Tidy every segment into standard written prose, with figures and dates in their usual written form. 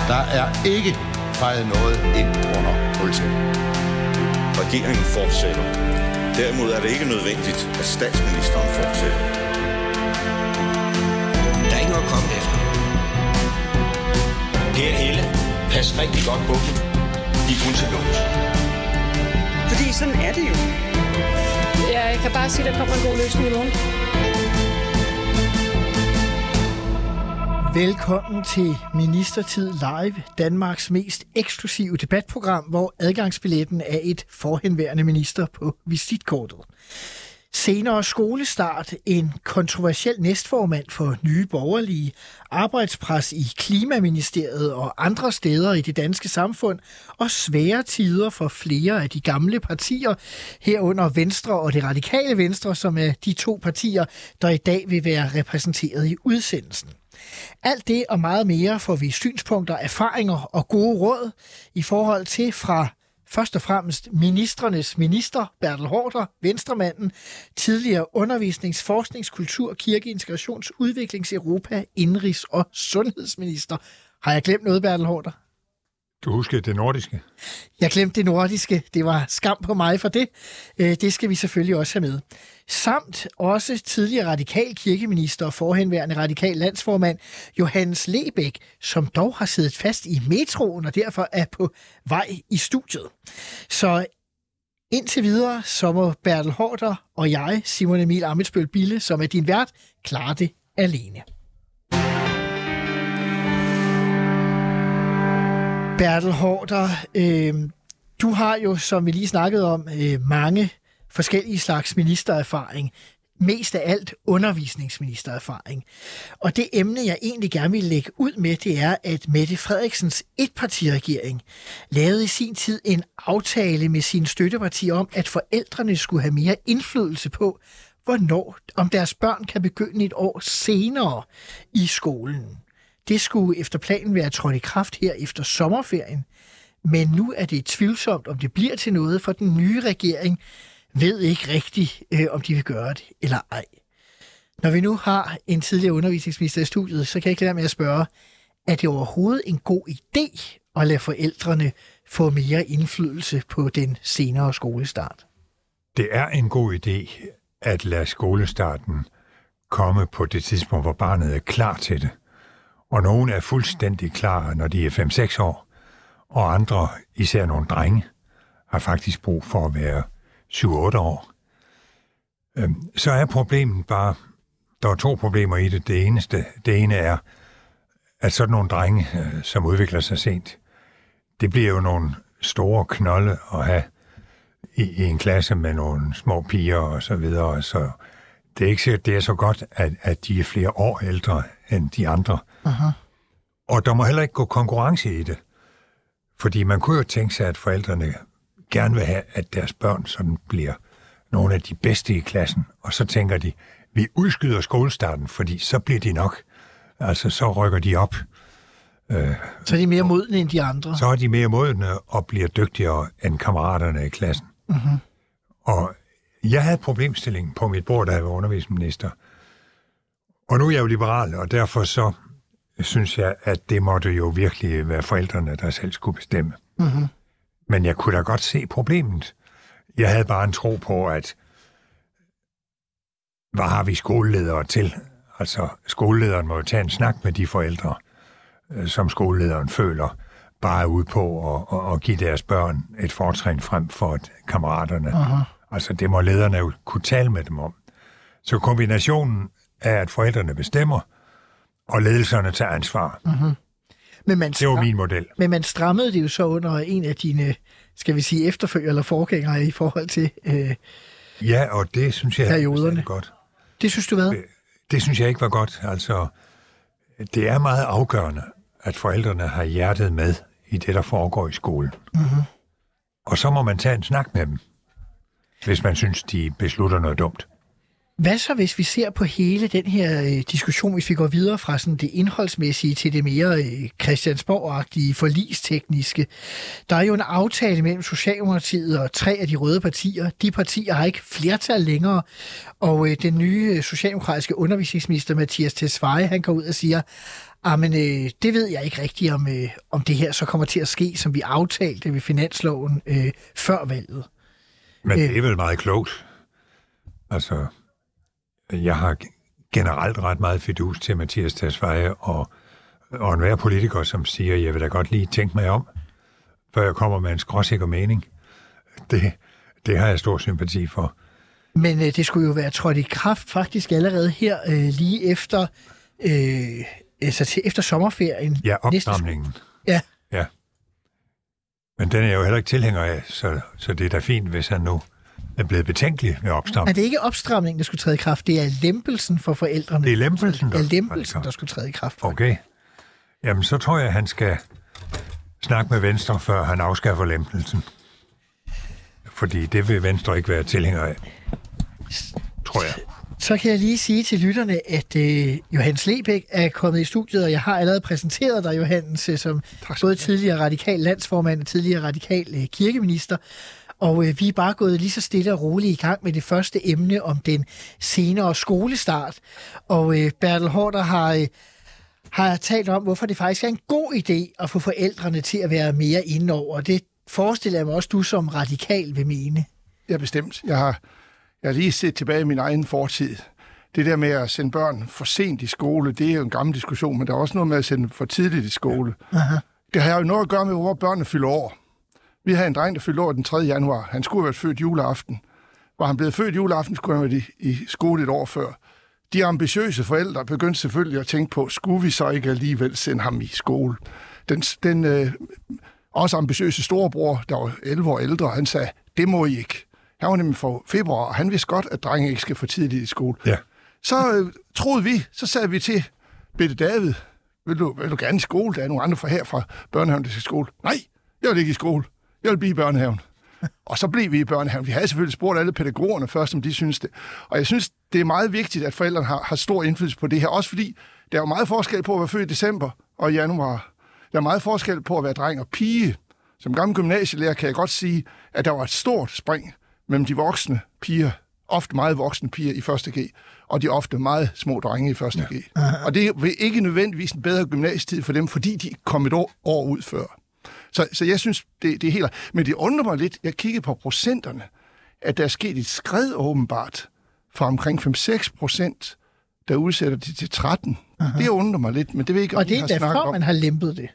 Der er ikke fejret noget ind under politiet. Regeringen fortsætter. Derimod er det ikke nødvendigt, at statsministeren fortsætter. Der er ikke noget at komme efter. Per Helle, pas rigtig godt på dem. De er kun til lås. Fordi sådan er det jo. Jeg kan bare sige, at der kommer en god løsning i morgen. Velkommen til Ministertid Live, Danmarks mest eksklusive debatprogram, hvor adgangsbilletten er et forhenværende minister på visitkortet. Senere skolestart, en kontroversiel næstformand for Nye Borgerlige, arbejdspres i Klimaministeriet og andre steder i det danske samfund, og svære tider for flere af de gamle partier, herunder Venstre og det radikale Venstre, som er de to partier, der i dag vil være repræsenteret i udsendelsen. Alt det og meget mere får vi synspunkter, erfaringer og gode råd i forhold til fra først og fremmest ministrenes minister, Bertel Haarder, venstremanden, tidligere undervisnings-, forsknings-, kultur-, kirke-, integrations-, udviklings-, Europa-, indrigs- og sundhedsminister. Har jeg glemt noget, Bertel Haarder? Du husker det nordiske? Jeg glemte det nordiske. Det var skam på mig for det. Det skal vi selvfølgelig også have med. Samt også tidligere radikal kirkeminister og forhenværende radikal landsformand Johannes Lebæk, som dog har siddet fast i metroen og derfor er på vej i studiet. Så indtil videre, så må Bertel Haarder og jeg, Simon Emil Ammitzbøll Bille, som er din vært, klare det alene. Bertel Haarder, du har jo, som vi lige snakkede om, mange forskellige slags ministererfaring. Mest af alt undervisningsministererfaring. Og det emne, jeg egentlig gerne vil lægge ud med, det er, at Mette Frederiksens etpartiregering lavede i sin tid en aftale med sine støttepartier om, at forældrene skulle have mere indflydelse på, hvornår om deres børn kan begynde et år senere i skolen. Det skulle efter planen være trådt i kraft her efter sommerferien, men nu er det tvivlsomt, om det bliver til noget, for den nye regering ved ikke rigtigt, om de vil gøre det eller ej. Når vi nu har en tidligere undervisningsminister i studiet, så kan jeg ikke lade være med at spørge, er det overhovedet en god idé at lade forældrene få mere indflydelse på den senere skolestart? Det er en god idé at lade skolestarten komme på det tidspunkt, hvor barnet er klar til det. Og nogen er fuldstændig klar, når de er 5-6 år, og andre, især nogle drenge, har faktisk brug for at være 7-8 år. Så er problemet bare, der er 2 problemer i det. Det ene er, at sådan nogle drenge, som udvikler sig sent, det bliver jo nogle store knolde at have i en klasse med nogle små piger og så videre. Så det er ikke sikkert, det er så godt, at de er flere år ældre end de andre. Aha. Og der må heller ikke gå konkurrence i det. Fordi man kunne jo tænke sig, at forældrene gerne vil have, at deres børn sådan bliver nogle af de bedste i klassen. Og så tænker de, vi udskyder skolestarten, fordi så bliver de nok. Altså, så rykker de op. Så er de mere modne end de andre? Så er de mere modne og bliver dygtigere end kammeraterne i klassen. Uh-huh. Og jeg havde problemstillingen på mit bord, da jeg var undervisningsminister. Og nu er jeg jo liberal, og derfor så synes jeg, at det måtte jo virkelig være forældrene, der selv skulle bestemme. Uh-huh. Men jeg kunne da godt se problemet. Jeg havde bare en tro på, at hvad har vi skoleledere til? Altså, skolelederen må jo tage en snak med de forældre, som skolelederen føler, bare er ude på at give deres børn et fortrin frem for kammeraterne. Uh-huh. Altså, det må lederne jo kunne tale med dem om. Så kombinationen af, at forældrene bestemmer, og ledelserne tager ansvar. Uh-huh. Det var min model. Men man strammede det jo så under en af dine, skal vi sige, efterfølgere eller forgængere i forhold til ja, og det synes jeg er godt. Det synes du hvad? Det synes jeg ikke var godt. Altså, det er meget afgørende, at forældrene har hjertet med i det, der foregår i skolen. Uh-huh. Og så må man tage en snak med dem, hvis man synes, de beslutter noget dumt. Hvad så, hvis vi ser på hele den her diskussion, hvis vi går videre fra sådan det indholdsmæssige til det mere Christiansborg-agtige, forligstekniske? Der er jo en aftale mellem Socialdemokratiet og 3 af de røde partier. De partier har ikke flertal længere, og den nye socialdemokratiske undervisningsminister Mattias Tesfaye, han går ud og siger, Men det ved jeg ikke rigtigt, om det her så kommer til at ske, som vi aftalte ved finansloven før valget. Men det er vel meget klogt. Altså, jeg har generelt ret meget fidus til Mathias Tesfaye og enhver politiker, som siger, jeg vil da godt lige tænke mig om, før jeg kommer med en skråsikker mening. Det har jeg stor sympati for. Men det skulle jo være trådt i kraft faktisk allerede her lige efter, efter sommerferien. Ja, opstramningen. Ja. Men den er jeg jo heller ikke tilhænger af, så det er da fint, hvis han nu er blevet betænkelig med opstramningen. Men det er ikke opstramningen, der skulle træde i kraft, det er lempelsen for forældrene. Det er lempelsen, der skulle træde i kraft. Okay. Jamen, så tror jeg, han skal snakke med Venstre, før han afskaffer lempelsen. Fordi det vil Venstre ikke være tilhænger af, tror jeg. Så kan jeg lige sige til lytterne, at Johannes Lebæk er kommet i studiet, og jeg har allerede præsenteret dig, Johannes, som både tidligere radikal landsformand og tidligere radikal kirkeminister. Og vi er bare gået lige så stille og roligt i gang med det første emne om den senere skolestart. Og Bertel Haarder har talt om, hvorfor det faktisk er en god idé at få forældrene til at være mere inde over. Det forestiller jeg mig også, du som radikal vil mene. Ja, bestemt. Jeg har lige set tilbage i min egen fortid. Det der med at sende børn for sent i skole, det er jo en gammel diskussion, men der er også noget med at sende for tidligt i skole. Aha. Det har jo noget at gøre med, hvor børnene fylder år. Vi havde en dreng, der fyldte år den 3. januar. Han skulle have været født juleaften. Var han blevet født juleaften, skulle han have været i skole et år før. De ambitiøse forældre begyndte selvfølgelig at tænke på, skulle vi så ikke alligevel sende ham i skole? Den også ambitiøse storebror, der var 11 år ældre, han sagde, det må I ikke. Han var nemlig for februar, og han vidste godt, at drenge ikke skal for tidligt i skole. Ja. Så troede vi, så sagde vi til Bette David, vil du gerne i skole? Der er nogle andre fra børnehaven, der skal i skole. Nej, jeg vil ikke i skole. Jeg vil blive i børnehaven. Og så blev vi i børnehaven. Vi havde selvfølgelig spurgt alle pædagogerne først, om de synes det. Og jeg synes, det er meget vigtigt, at forældrene har stor indflydelse på det her. Også fordi, der er jo meget forskel på at være født i december og januar. Der er meget forskel på at være dreng og pige. Som gammel gymnasielærer kan jeg godt sige, at der var et stort spring mellem de voksne piger, ofte meget voksne piger i 1. G, og de ofte meget små drenge i 1. G. Og det er ikke nødvendigvis en bedre gymnasietid for dem, fordi de kom et år ud før. Så jeg synes, det er helt... Men det undrer mig lidt, jeg kiggede på procenterne, at der er sket et skred åbenbart fra omkring 5-6%, der udsætter de til 13. Det undrer mig lidt, men det ved ikke, og det er derfor, man har lempet det?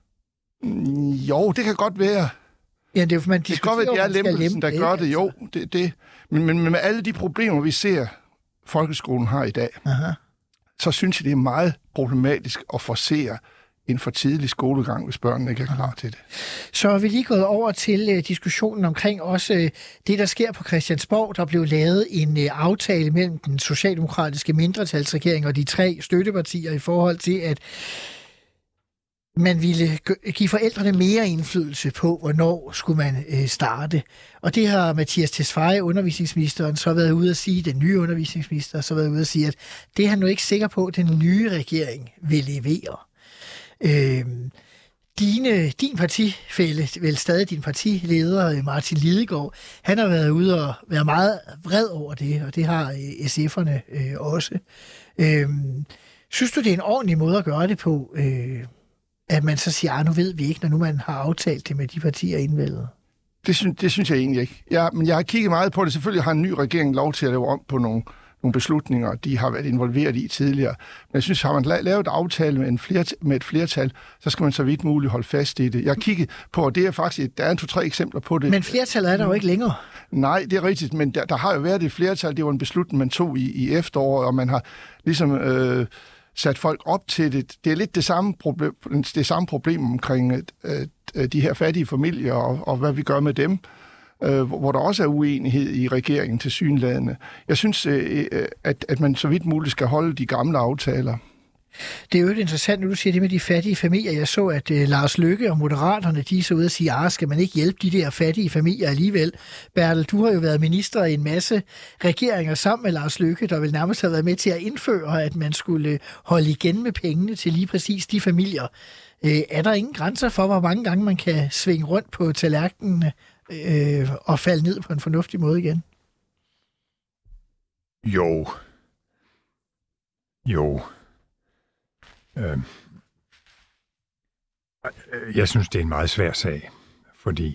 Jo, det kan godt være. Ja, det kan godt være, det er lempelsen, der gør det. Jo, det. Men med alle de problemer, vi ser, folkeskolen har i dag, så synes jeg, det er meget problematisk at forsere en for tidlig skolegang, hvis børnene ikke er klar til det. Så er vi lige gået over til diskussionen omkring også det, der sker på Christiansborg. Der blev lavet en aftale mellem den socialdemokratiske mindretalsregering og de 3 støttepartier i forhold til, at man ville give forældrene mere indflydelse på, hvornår skulle man starte. Og det har Mathias Tesfaye, undervisningsministeren, så været ude at sige, den nye undervisningsminister, så været ude at sige, at det er han nu ikke sikker på, at den nye regering vil levere. Din partifælle, vel stadig din partileder, Martin Lidegaard, han har været ude og været meget vred over det, og det har SF'erne også. Synes du, det er en ordentlig måde at gøre det på, at man så siger, nu ved vi ikke, når nu man har aftalt det med de partier indvældet? Det synes jeg egentlig ikke. Men jeg har kigget meget på det. Selvfølgelig har en ny regering lov til at lave om på nogle beslutninger, de har været involveret i tidligere. Men jeg synes, har man lavet et aftale med et flertal, så skal man så vidt muligt holde fast i det. Jeg har kigget på, og det er faktisk, der er 2-3 eksempler på det. Men flertallet er der jo ikke længere. Nej, det er rigtigt, men der har jo været et flertal. Det var en beslutning, man tog i efteråret, og man har ligesom sat folk op til det. Det er lidt det samme problem omkring de her fattige familier, og hvad vi gør med dem, hvor der også er uenighed i regeringen tilsyneladende. Jeg synes, at man så vidt muligt skal holde de gamle aftaler. Det er jo interessant, når du siger det med de fattige familier. Jeg så, at Lars Løkke og Moderaterne, de er så ude og sige, skal man ikke hjælpe de der fattige familier alligevel? Bertel, du har jo været minister i en masse regeringer sammen med Lars Løkke, der vil nærmest have været med til at indføre, at man skulle holde igen med pengene til lige præcis de familier. Er der ingen grænser for, hvor mange gange man kan svinge rundt på tallerkenen og falde ned på en fornuftig måde igen? Jo. Jeg synes, det er en meget svær sag, fordi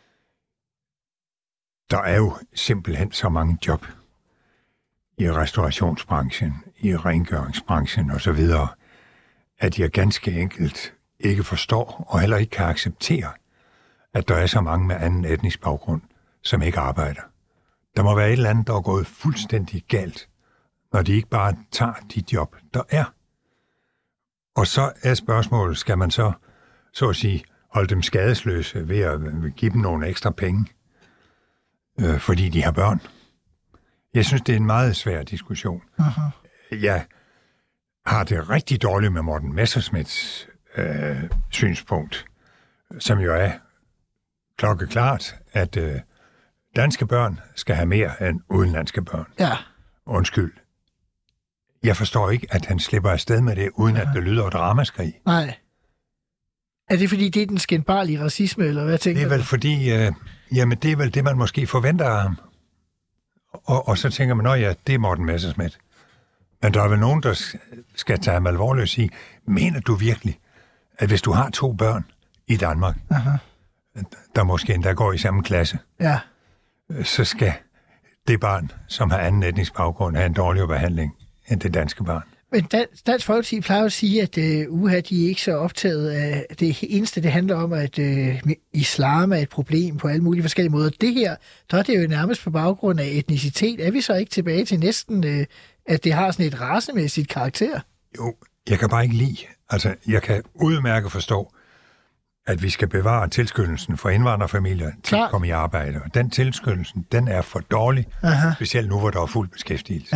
der er jo simpelthen så mange job i restaurationsbranchen, i rengøringsbranchen osv., at jeg ganske enkelt ikke forstår og heller ikke kan acceptere, at der er så mange med anden etnisk baggrund, som ikke arbejder. Der må være et eller andet, der er gået fuldstændig galt, når de ikke bare tager de job, der er. Og så er spørgsmålet, skal man så at sige, holde dem skadesløse ved at give dem nogle ekstra penge, fordi de har børn? Jeg synes, det er en meget svær diskussion. Jeg har det rigtig dårligt med Morten Messerschmidts synspunkt, som jo er klokkeklart, at danske børn skal have mere end udenlandske børn. Ja. Undskyld. Jeg forstår ikke, at han slipper afsted med det, uden at det lyder et ramaskrig. Nej. Er det fordi, det er den skændbarlige racisme, eller hvad tænker du? Det er vel fordi, jamen det er vel det, man måske forventer af ham. Og så tænker man, ja, det er Morten Messerschmidt. Men der er vel nogen, der skal tage ham alvorligt og sige, mener du virkelig, at hvis du har 2 børn i Danmark, der måske endda går i samme klasse, så skal det barn, som har anden etnisk baggrund, have en dårligere behandling end det danske barn? Men Dansk Folkeparti plejer at sige, at de er ikke så optaget af det eneste, det handler om, at islam er et problem på alle mulige forskellige måder. Det her, der er det jo nærmest på baggrund af etnicitet. Er vi så ikke tilbage til næsten, at det har sådan et racemæssigt karakter? Jo, jeg kan bare ikke lide. Altså, jeg kan udmærket forstå, at vi skal bevare tilskyndelsen for indvandrerfamilier til at komme i arbejde. Og den tilskyndelsen, den er for dårlig, specielt nu, hvor der er fuld beskæftigelse.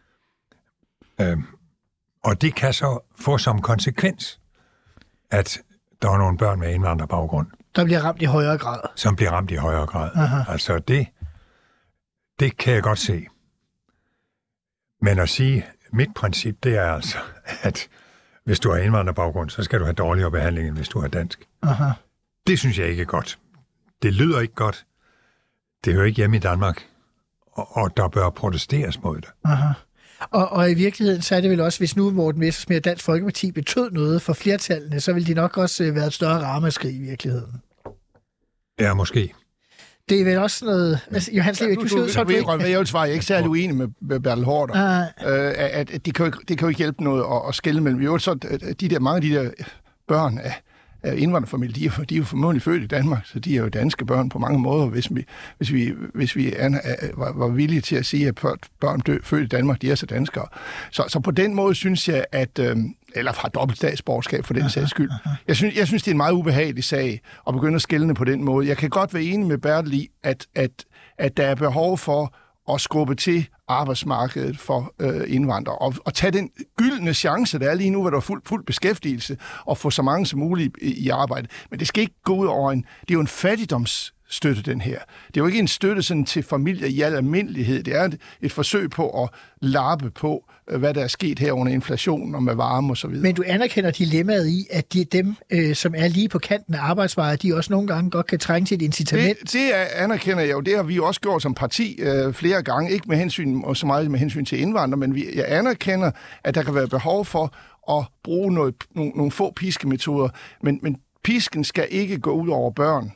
Og det kan så få som konsekvens, at der er nogle børn med indvandrerbaggrund, der bliver ramt i højere grad. Som bliver ramt i højere grad. Altså det kan jeg godt se. Men at sige, mit princip, det er altså, at hvis du har indvandrerbaggrund, så skal du have dårligere behandling, end hvis du har dansk. Det synes jeg ikke er godt. Det lyder ikke godt. Det hører ikke hjemme i Danmark. Og der bør protesteres mod det. Og i virkeligheden, så er det vel også, hvis nu Morten Messerschmidt og Dansk Folkeparti betød noget for flertallene, så ville de nok også være et større ramaskrig i virkeligheden. Ja, måske. Det er vel også noget... Altså, Johannes Levi, du siger så... Jeg vil svare, jeg er ikke særlig uenig med Bertel Haarder. At det kan jo ikke hjælpe noget at skelne mellem. Jo, så mange af de der børn af indvandrerfamilie, de er jo formodentlig født i Danmark, så de er jo danske børn på mange måder. Hvis vi var villige til at sige, at børn født i Danmark, de er så danskere. Så på den måde synes jeg, at eller fra dobbelt statsborgerskab for den sags skyld. Jeg synes, det er en meget ubehagelig sag at begynde at skelne på den måde. Jeg kan godt være enig med Bertel i, at der er behov for at skubbe til arbejdsmarkedet for indvandrere, og tage den gyldne chance, der er lige nu, hvor der er fuld beskæftigelse, og få så mange som muligt i arbejde. Men det skal ikke gå ud over det er jo en fattigdomsstøtte, den her. Det er jo ikke en støtte sådan til familier i al almindelighed. Det er et forsøg på at lappe på, hvad der er sket her under inflationen og med varme og så videre. Men du anerkender dilemmaet i, at dem, som er lige på kanten af arbejdsmarkedet, de også nogle gange godt kan trænge til et incitament? Det anerkender jeg jo. Det har vi også gjort som parti flere gange. Ikke med hensyn, og så meget med hensyn til indvandrere, men jeg anerkender, at der kan være behov for at bruge nogle få piskemetoder. Men pisken skal ikke gå ud over børn.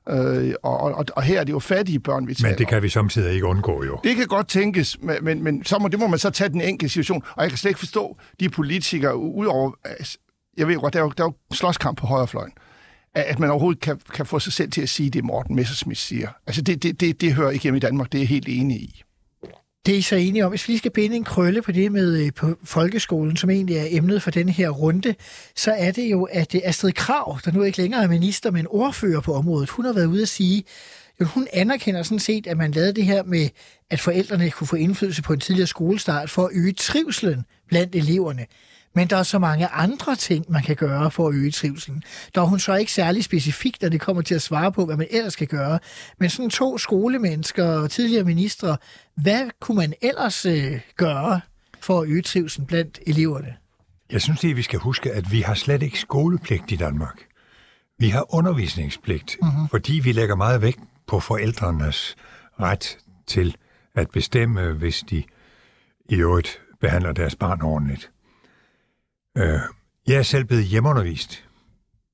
Og her er det jo fattige børn, vi taler. Men det kan vi samtidig ikke undgå, jo. Det kan godt tænkes, men det må man så tage den enkelte situation. Og jeg kan slet ikke forstå de politikere, udover... Jeg ved godt, der er jo slåskamp på højrefløjen. At man overhovedet kan få sig selv til at sige, det Morten Messerschmidt siger. Altså, det hører ikke hjemme i Danmark, det er jeg helt enig i. Det er I så enige om. Hvis vi skal binde en krølle på det med på folkeskolen, som egentlig er emnet for denne her runde, så er det jo, at Astrid Krag, der nu ikke længere er minister, men ordfører på området, hun har været ude at sige, at hun anerkender sådan set, at man lavede det her med, at forældrene kunne få indflydelse på en tidligere skolestart for at øge trivselen blandt eleverne. Men der er så mange andre ting, man kan gøre for at øge trivselen. Der er hun så ikke særlig specifikt, når det kommer til at svare på, hvad man ellers skal gøre. Men sådan 2 skolemennesker og tidligere ministre, hvad kunne man ellers gøre for at øge trivselen blandt eleverne? Jeg synes lige, vi skal huske, at vi har slet ikke skolepligt i Danmark. Vi har undervisningspligt, fordi vi lægger meget vægt på forældrenes ret til at bestemme, hvis de i øvrigt behandler deres barn ordentligt. Jeg er selv blevet hjemmeundervist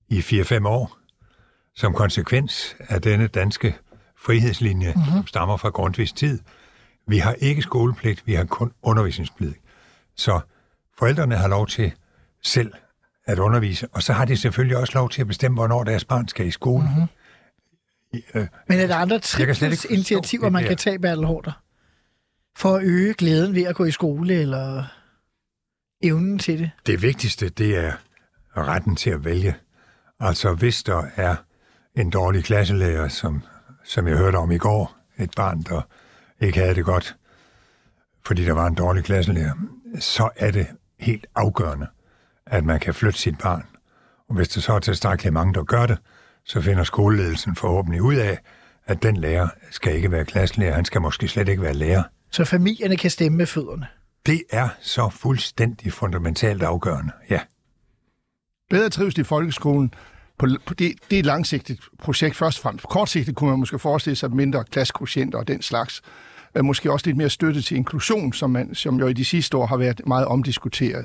i 4-5 år, som konsekvens af denne danske frihedslinje, som stammer fra Grundtvigs tid. Vi har ikke skolepligt, vi har kun undervisningspligt. Så forældrene har lov til selv at undervise, og så har de selvfølgelig også lov til at bestemme, hvornår deres barn skal i skole. Men er der andre initiativer, man kan tage, Bertel Haarder, for at øge glæden ved at gå i skole, eller evnen til det? Det vigtigste, det er retten til at vælge. Altså, hvis der er en dårlig klasselærer, som jeg hørte om i går, et barn, der ikke havde det godt, fordi der var en dårlig klasselærer, så er det helt afgørende, at man kan flytte sit barn. Og hvis der så er tilstrækkeligt mange, der gør det, så finder skoleledelsen forhåbentlig ud af, at den lærer skal ikke være klasselærer, han skal måske slet ikke være lærer. Så familierne kan stemme med fødderne? Det er så fuldstændig fundamentalt afgørende, ja. Bedre trivsel i folkeskolen, det er et langsigtet projekt først og fremmest. På kortsigtet kunne man måske forestille sig mindre klassekvotienter og den slags. Måske også lidt mere støtte til inklusion, som jo i de sidste år har været meget omdiskuteret.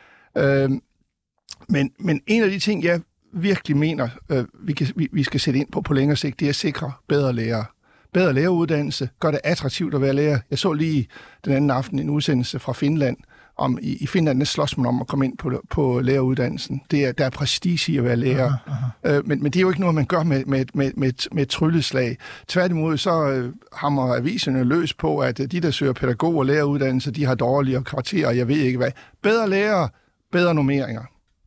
Men en af de ting, jeg virkelig mener, vi skal sætte ind på længere sigt, det er at sikre bedre lærere. Bedre læreruddannelse, gør det attraktivt at være lærer. Jeg så lige den anden aften en udsendelse fra Finland, om i Finland slås man om at komme ind på læreruddannelsen. Der er prestige i at være lærer. Men det er jo ikke noget, man gør med et trylleslag. Tværtimod så hammer aviserne løs på, at de, der søger pædagog- og læreruddannelse, de har dårligere karakterer, og jeg ved ikke hvad. Bedre lærere, bedre normeringer.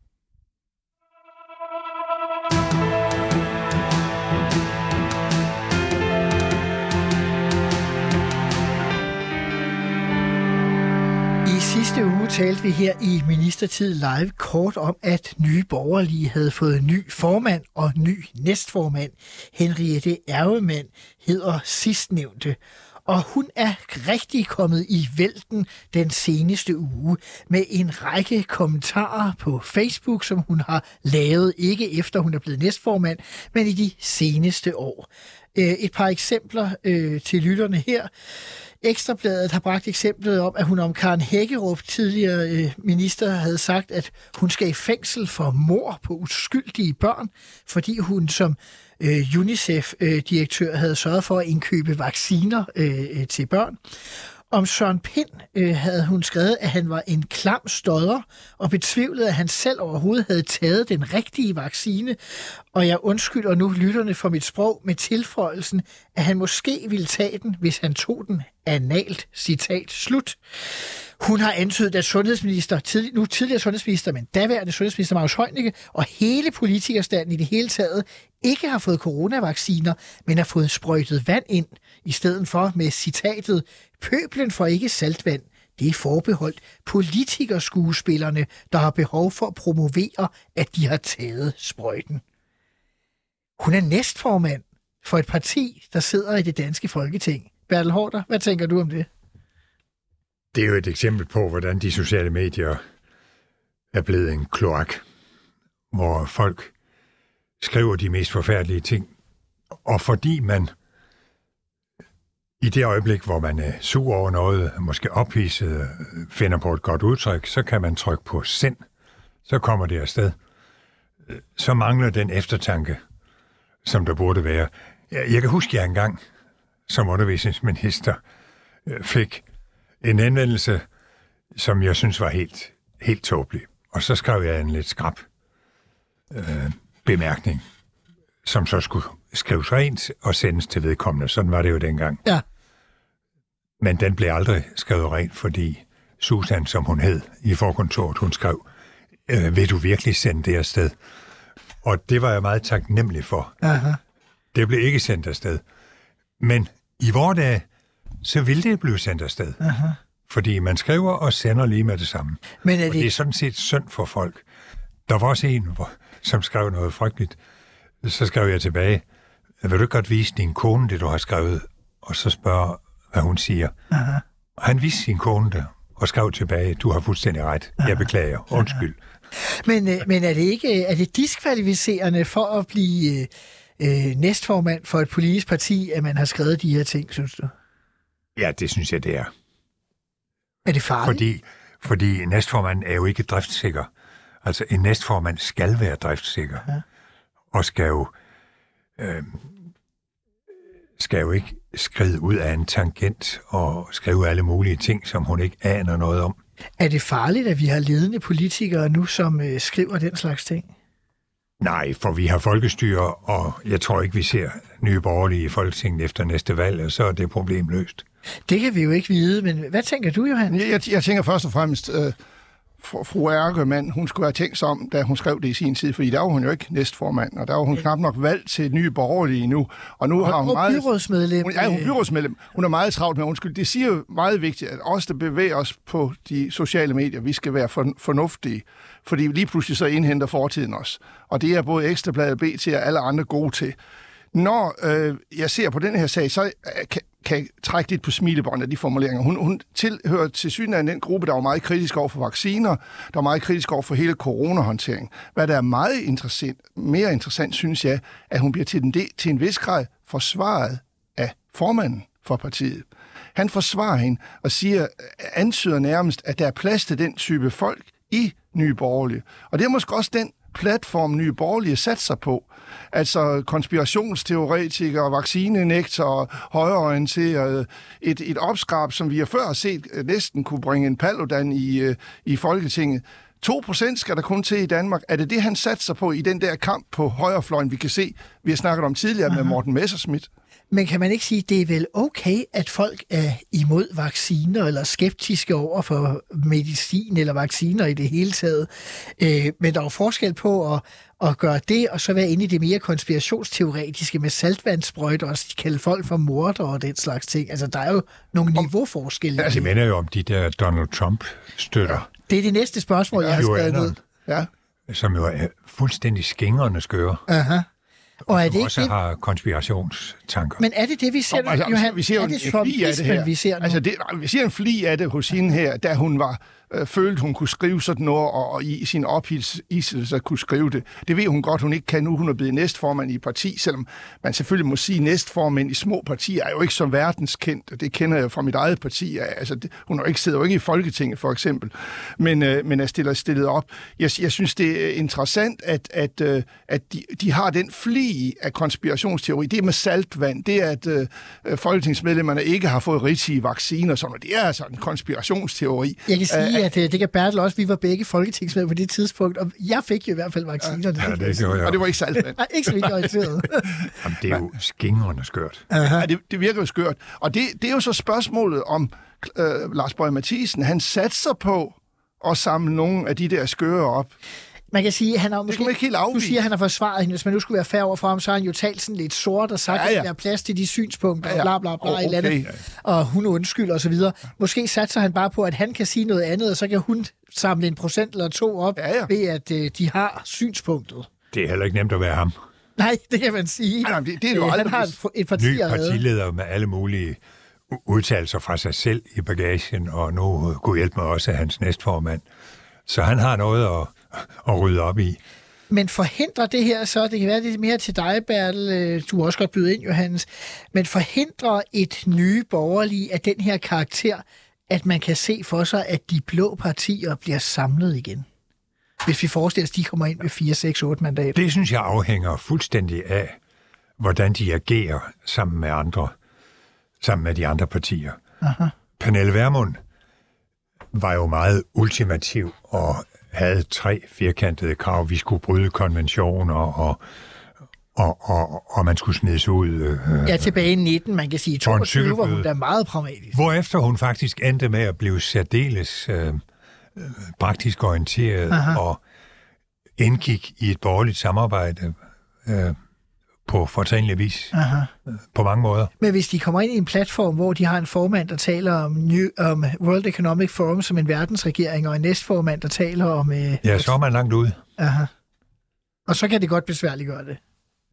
Sidste uge talte vi her i Ministertid Live kort om, at Nye Borgerlige havde fået ny formand og ny næstformand. Henriette Ervemann hedder sidstnævnte. Og hun er rigtig kommet i vælten den seneste uge med en række kommentarer på Facebook, som hun har lavet, ikke efter hun er blevet næstformand, men i de seneste år. Et par eksempler til lytterne her. Ekstrabladet har bragt eksemplet om, at hun om Karen Hækkerup, tidligere minister, havde sagt, at hun skal i fængsel for mord på uskyldige børn, fordi hun som UNICEF-direktør havde sørget for at indkøbe vacciner til børn. Om Søren Pind havde hun skrevet, at han var en klam stodder, og betvivlede, at han selv overhovedet havde taget den rigtige vaccine. Og jeg undskylder nu lytterne for mit sprog med tilføjelsen, at han måske ville tage den, hvis han tog den analt. Citat slut. Hun har antydet, at tidligere sundhedsminister, men daværende sundhedsminister Magnus Heunicke og hele politikerstanden i det hele taget ikke har fået coronavacciner, men har fået sprøjtet vand ind, i stedet for med citatet, pøblen får ikke saltvand. Det er forbeholdt politikerskuespillerne, der har behov for at promovere, at de har taget sprøjten. Hun er næstformand for et parti, der sidder i det danske Folketing. Bertel Haarder, hvad tænker du om det? Det er jo et eksempel på, hvordan de sociale medier er blevet en kloak, hvor folk skriver de mest forfærdelige ting. Og fordi man i det øjeblik, hvor man er sur over noget, måske ophidset, finder på et godt udtryk, så kan man trykke på send. Så kommer det afsted. Så mangler den eftertanke, som der burde være. Jeg kan huske, at jeg engang som undervisningsminister fik en henvendelse, som jeg synes var helt tåbelig. Og så skrev jeg en lidt skrap bemærkning, som så skulle skrives rent og sendes til vedkommende. Sådan var det jo dengang. Ja. Men den blev aldrig skrevet rent, fordi Susan, som hun hed i forkontoret, hun skrev, vil du virkelig sende det afsted? Og det var jeg meget taknemmelig for. Aha. Det blev ikke sendt afsted. Men i vore dage, så ville det blive sendt afsted. Aha. Fordi man skriver og sender lige med det samme. Men det er sådan set synd for folk. Der var også en, som skrev noget frygteligt. Så skrev jeg tilbage, vil du godt vise din kone det, du har skrevet? Og så spørger, hvad hun siger. Aha. Han viste sin kone det, og skrev tilbage, du har fuldstændig ret. Jeg beklager. Undskyld. Men er det diskvalificerende for at blive næstformand for et politisk parti, at man har skrevet de her ting, synes du? Ja, det synes jeg, det er. Er det farligt? Fordi næstformanden er jo ikke driftssikker. Altså, en næstformand skal være driftssikker. Ja. og skal jo ikke skride ud af en tangent og skrive alle mulige ting, som hun ikke aner noget om. Er det farligt, at vi har ledende politikere nu, som skriver den slags ting? Nej, for vi har folkestyre, og jeg tror ikke, vi ser Nye Borgerlige i Folketinget efter næste valg, og så er det problem løst. Det kan vi jo ikke vide, men hvad tænker du, Johan? Jeg tænker først og fremmest, fru Ærkemann, hun skulle have tænkt sig om, da hun skrev det i sin tid, fordi der var hun jo ikke næstformand, og der var hun knap nok valgt til Nye Borgerlige nu. Og nu har hun meget... byrådsmedlem. Hun er byrådsmedlem. Hun er meget travlt med undskyld. Det siger jo meget vigtigt, at os, der bevæger os på de sociale medier, vi skal være fornuftige, fordi lige pludselig så indhenter fortiden os. Og det er både Ekstrabladet, BT og alle andre gode til. Når jeg ser på den her sag, så kan jeg trække lidt på smilebåndet af de formuleringer. Hun tilhører til synligheden den gruppe, der var meget kritisk over for vacciner, der var meget kritisk over for hele coronahåndtering. Hvad der er meget mere interessant, synes jeg, at hun bliver til en vis grad forsvaret af formanden for partiet. Han forsvarer hende og antyder nærmest, at der er plads til den type folk i Nye Borgerlige. Og det er måske også den platform, Nye Borgerlige satser på. Altså konspirationsteoretikere, vaccinenægtere, højreorienterede, et opskrab, som vi før har set næsten kunne bringe en Paludan i Folketinget. 2% skal der kun til i Danmark. Er det han satser på i den der kamp på højrefløjen, vi kan se, vi har snakket om tidligere med Morten Messerschmidt? Men kan man ikke sige, at det er vel okay, at folk er imod vacciner eller skeptiske over for medicin eller vacciner i det hele taget? Men der er jo forskel på at gøre det, og så være inde i det mere konspirationsteoretiske med saltvandssprøjter og kalde folk for morder og den slags ting. Altså, der er jo nogle niveauforskelle. Altså, det minder jo om de der Donald Trump-støtter. Ja. Det er det næste spørgsmål, jeg har skrevet ned. Ja. Som jo er fuldstændig skingrende skøre. Aha. Og er det også ikke har konspirationstanker. Men er det vi ser, Johan? Vi ser jo en fli af det her. Vi ser nu? Altså vi ser en fli af det hos hende her, da hun følte, hun kunne skrive sådan noget, og i sin ophidselse kunne skrive det. Det ved hun godt, hun ikke kan nu. Hun er blevet næstformand i parti, selvom man selvfølgelig må sige, næstformand i små partier er jo ikke så verdenskendt, og det kender jeg fra mit eget parti. Altså, hun sidder jo ikke i Folketinget, for eksempel, men er stillet op. Jeg synes, det er interessant, at de har den fli af konspirationsteori. Det er med saltvand, det er, at folketingsmedlemmerne ikke har fået rigtige vacciner, sådan, og det er altså en konspirationsteori. Jeg kan sige, at det kan Bertel også. Vi var begge folketingsmedlemmer på det tidspunkt, og jeg fik jo i hvert fald vacciner. Ja, det gjorde jeg. Og det var ikke saltvand. Nej, ikke så vidt orienteret. Jamen, det er jo skingrende skørt. Ja, det virker jo skørt. Og det er jo så spørgsmålet om Lars Boje Mathiesen, han satser på at samle nogle af de der skøre op. Man kan sige, at han har måske... ikke helt afvise. Du siger, at han har forsvaret hende. Hvis man nu skulle være fair over for ham, så har han jo talt sådan lidt sort og sagt, at der er plads til de synspunkter, og bla bla bla, eller andet. Og hun undskylder og så videre. Måske satser han bare på, at han kan sige noget andet, og så kan hun samle 1% eller 2 op, ved at de har synspunktet. Det er heller ikke nemt at være ham. Nej, det kan man sige. Nej, det er jo han har et parti ny partileder med alle mulige udtalelser fra sig selv i bagagen, og nu kunne hjælpe mig også af hans næstformand. Så han har noget at rydde op i. Men forhindrer det her så, det kan være lidt mere til dig, Bertel, du er også godt byde ind, Johannes, men forhindrer et Nye Borgerlige af den her karakter, at man kan se for sig, at de blå partier bliver samlet igen? Hvis vi forestiller os, at de kommer ind med 4, 6, 8 mandater. Det synes jeg afhænger fuldstændig af, hvordan de agerer sammen med de andre partier. Aha. Pernille Vermund var jo meget ultimativ og havde 3 firkantede krav. Vi skulle bryde konventioner, og man skulle smides ud. Tilbage i 19, man kan sige. 22 var hun da meget pragmatisk. Hvorefter hun faktisk endte med at blive særdeles praktisk orienteret. Aha. Og indgik i et borgerligt samarbejde på fortrinlig vis. Aha. På mange måder. Men hvis de kommer ind i en platform, hvor de har en formand, der taler om World Economic Forum som en verdensregering, og en næstformand, der taler om... så er man langt ude. Aha. Og så kan det godt besværliggøre det.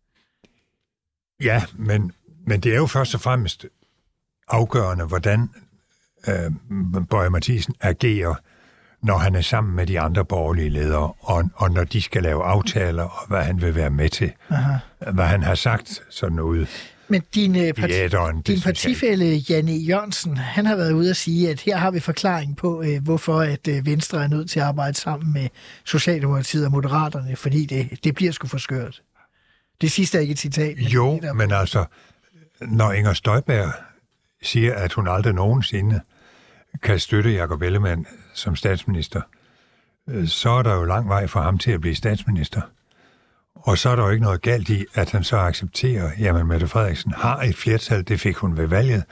Ja, men det er jo først og fremmest afgørende, hvordan Boje Mathiesen agerer, når han er sammen med de andre borgerlige ledere, og når de skal lave aftaler, og hvad han vil være med til. Aha. Hvad han har sagt sådan ude. Men din partifælle Janne Jørgensen, han har været ude at sige, at her har vi forklaring på, hvorfor at Venstre er nødt til at arbejde sammen med Socialdemokratiet og Moderaterne, fordi det bliver sgu for skørt. Det sidste er ikke et citat. Men altså, når Inger Støjberg siger, at hun aldrig nogensinde kan støtte Jakob Ellemann som statsminister, så er der jo lang vej for ham til at blive statsminister. Og så er der jo ikke noget galt i, at han så accepterer, jamen Mette Frederiksen har et flertal, det fik hun ved valget,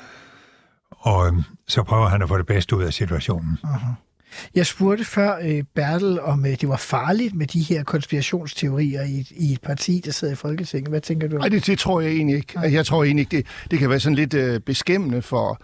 og så prøver han at få det bedste ud af situationen. Uh-huh. Jeg spurgte før Bertel, om det var farligt med de her konspirationsteorier i et parti, der sidder i Folketinget. Hvad tænker du? Nej, det tror jeg egentlig ikke. Jeg tror egentlig ikke, det kan være sådan lidt beskæmmende for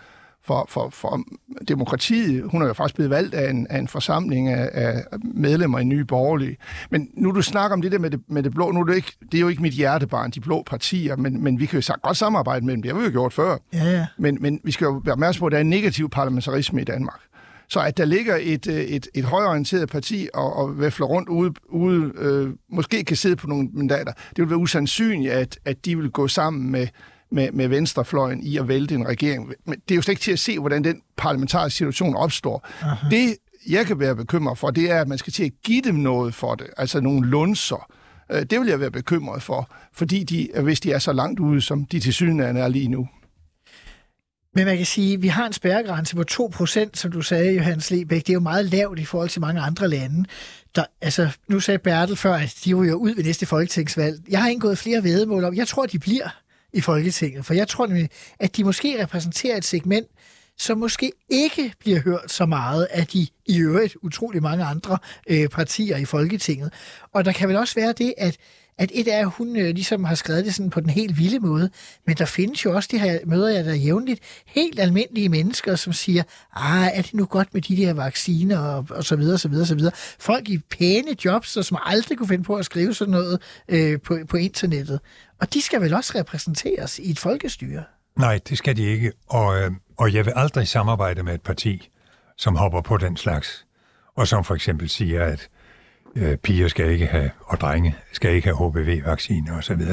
demokratiet. Hun er jo faktisk blevet valgt af en forsamling af medlemmer i Nye Borgerlige. Men nu du snakker om det der med det blå, det er jo ikke mit hjertebarn, de blå partier, men vi kan jo godt samarbejde med dem. Det har vi jo gjort før. Ja. Men vi skal jo være opmærksom på, at der er en negativ parlamentarisme i Danmark. Så at der ligger et højreorienteret parti og væfler rundt ude måske kan sidde på nogle mandater, det vil være usandsynligt, at de vil gå sammen med venstrefløjen i at vælte en regering. Men det er jo slet ikke til at se, hvordan den parlamentariske situation opstår. Aha. Det, jeg kan være bekymret for, det er, at man skal til at give dem noget for det, altså nogle lunser. Det vil jeg være bekymret for, fordi hvis de er så langt ude, som de tilsyneladende er lige nu. Men man kan sige, at vi har en spærregrænse på 2%, som du sagde, Johannes Lebæk. Det er jo meget lavt i forhold til mange andre lande. Nu sagde Bertel før, at de ryger ud ved næste folketingsvalg. Jeg har indgået flere væddemål om. Jeg tror, de bliver i Folketinget, for jeg tror nemlig, at de måske repræsenterer et segment, som måske ikke bliver hørt så meget af de i øvrigt utrolig mange andre partier i Folketinget. Og der kan vel også være det, at et af hun ligesom har skrevet det sådan på den helt vilde måde, men der findes jo også, det her møder jeg der jævnligt, helt almindelige mennesker, som siger, er det nu godt med de der vacciner og så videre, så videre, så videre. Folk i pæne jobs, som aldrig kunne finde på at skrive sådan noget på internettet. Og de skal vel også repræsenteres i et folkestyre? Nej, det skal de ikke. Og jeg vil aldrig samarbejde med et parti, som hopper på den slags, og som for eksempel siger, at piger skal ikke have, og drenge skal ikke have HPV-vacciner osv.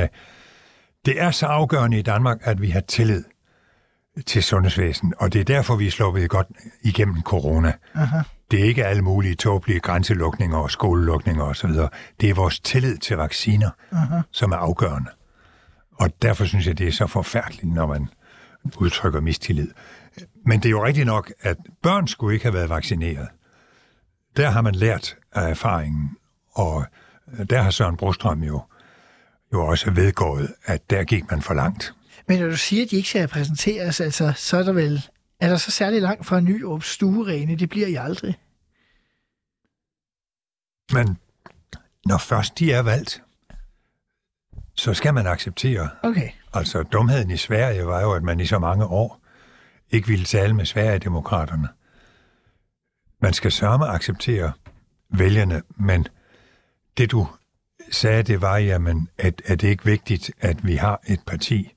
Det er så afgørende i Danmark, at vi har tillid til sundhedsvæsenet, og det er derfor, vi er sluppet godt igennem corona. Aha. Det er ikke alle mulige tåbelige grænselukninger og skolelukninger osv. Det er vores tillid til vacciner, som er afgørende. Og derfor synes jeg, det er så forfærdeligt, når man udtrykker mistillid. Men det er jo rigtigt nok, at børn skulle ikke have været vaccineret. Der har man lært af erfaringen, og der har Søren Brostrøm jo også vedgået, at der gik man for langt. Men når du siger, at de ikke skal repræsenteres, altså, så er der så særlig langt fra Nyrup stuerene, det bliver I aldrig. Men når først de er valgt, så skal man acceptere. Okay. Altså dumheden i Sverige var jo, at man i så mange år ikke ville tale med Sverigedemokraterne. Man skal sørme acceptere vælgerne, men det du sagde, det var, jamen, at det ikke er vigtigt, at vi har et parti,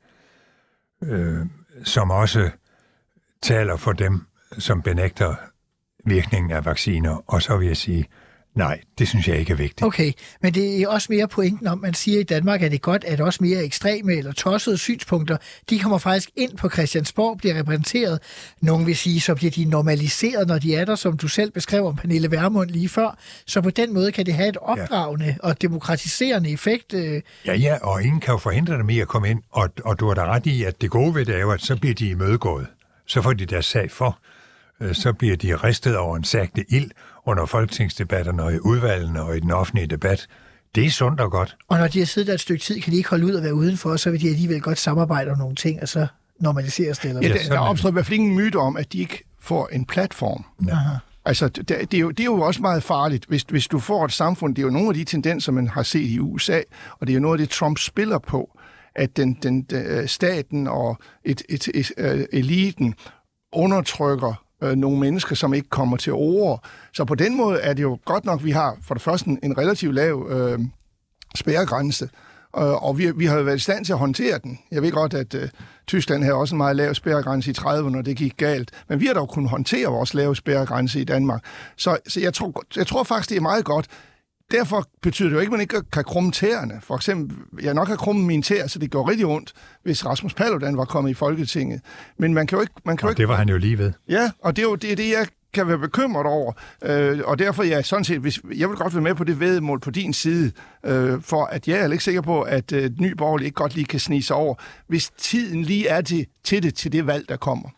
som også taler for dem, som benægter virkningen af vacciner, og så vil jeg sige, nej, det synes jeg ikke er vigtigt. Okay, men det er også mere pointen om, man siger i Danmark, at det er godt, at også mere ekstreme eller tossede synspunkter, de kommer faktisk ind på Christiansborg, bliver repræsenteret. Nogle vil sige, så bliver de normaliseret, når de er der, som du selv beskrev om Pernille Vermund lige før. Så på den måde kan det have et opdragende og demokratiserende effekt. Ja, og ingen kan jo forhindre dem i at komme ind, og du har da ret i, at det gode ved det er jo, at så bliver de imødegået. Så får de deres sag for. Så bliver de ristet over en sagte ild under folketingsdebatterne og i udvalgene og i den offentlige debat. Det er sundt og godt. Og når de har siddet der et stykke tid, kan de ikke holde ud at være udenfor, så vil de alligevel godt samarbejde om nogle ting, og så normaliseres det. Eller der opstår i hvert fald ingen myte om, at de ikke får en platform. Ja. Altså, det er jo også meget farligt, hvis du får et samfund. Det er jo nogle af de tendenser, man har set i USA, og det er jo noget af det, Trump spiller på, at staten og eliten undertrykker nogle mennesker, som ikke kommer til ord. Så på den måde er det jo godt nok, vi har for det første en relativt lav spærregrænse, og vi har jo været i stand til at håndtere den. Jeg ved godt, at Tyskland havde også en meget lav spærregrænse i 30'erne, når det gik galt, men vi har dog kunnet håndtere vores lave spærregrænse i Danmark. Så jeg tror faktisk, det er meget godt. Derfor betyder det jo ikke, at man ikke kan krumme tæerne. For eksempel, jeg nok har krummet mine tæer, så det går rigtig ondt, hvis Rasmus Paludan var kommet i Folketinget. Men man kan jo ikke... det var han jo lige ved. Ja, og det er jo det, jeg kan være bekymret over. Og derfor sådan set, jeg vil godt være med på det væddemål på din side, for at jeg er ikke sikker på, at Nye Borgerlige ikke godt lige kan snige sig over, hvis tiden lige er til det valg, der kommer.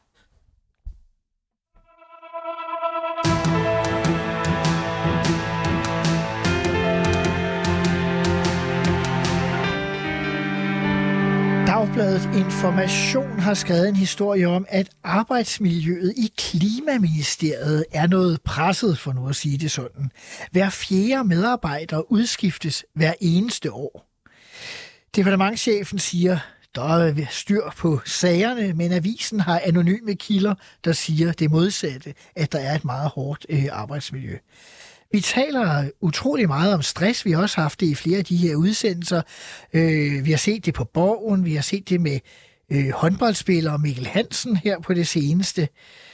Dagbladet Information har skrevet en historie om, at arbejdsmiljøet i Klimaministeriet er noget presset, for nu at sige det sådan. Hver 4. medarbejder udskiftes hver eneste år. Departementschefen siger, der er styr på sagerne, men avisen har anonyme kilder, der siger det modsatte, at der er et meget hårdt arbejdsmiljø. Vi taler utrolig meget om stress. Vi har også haft det i flere af de her udsendelser. Vi har set det på Borgen. Vi har set det med håndboldspiller Mikkel Hansen her på det seneste.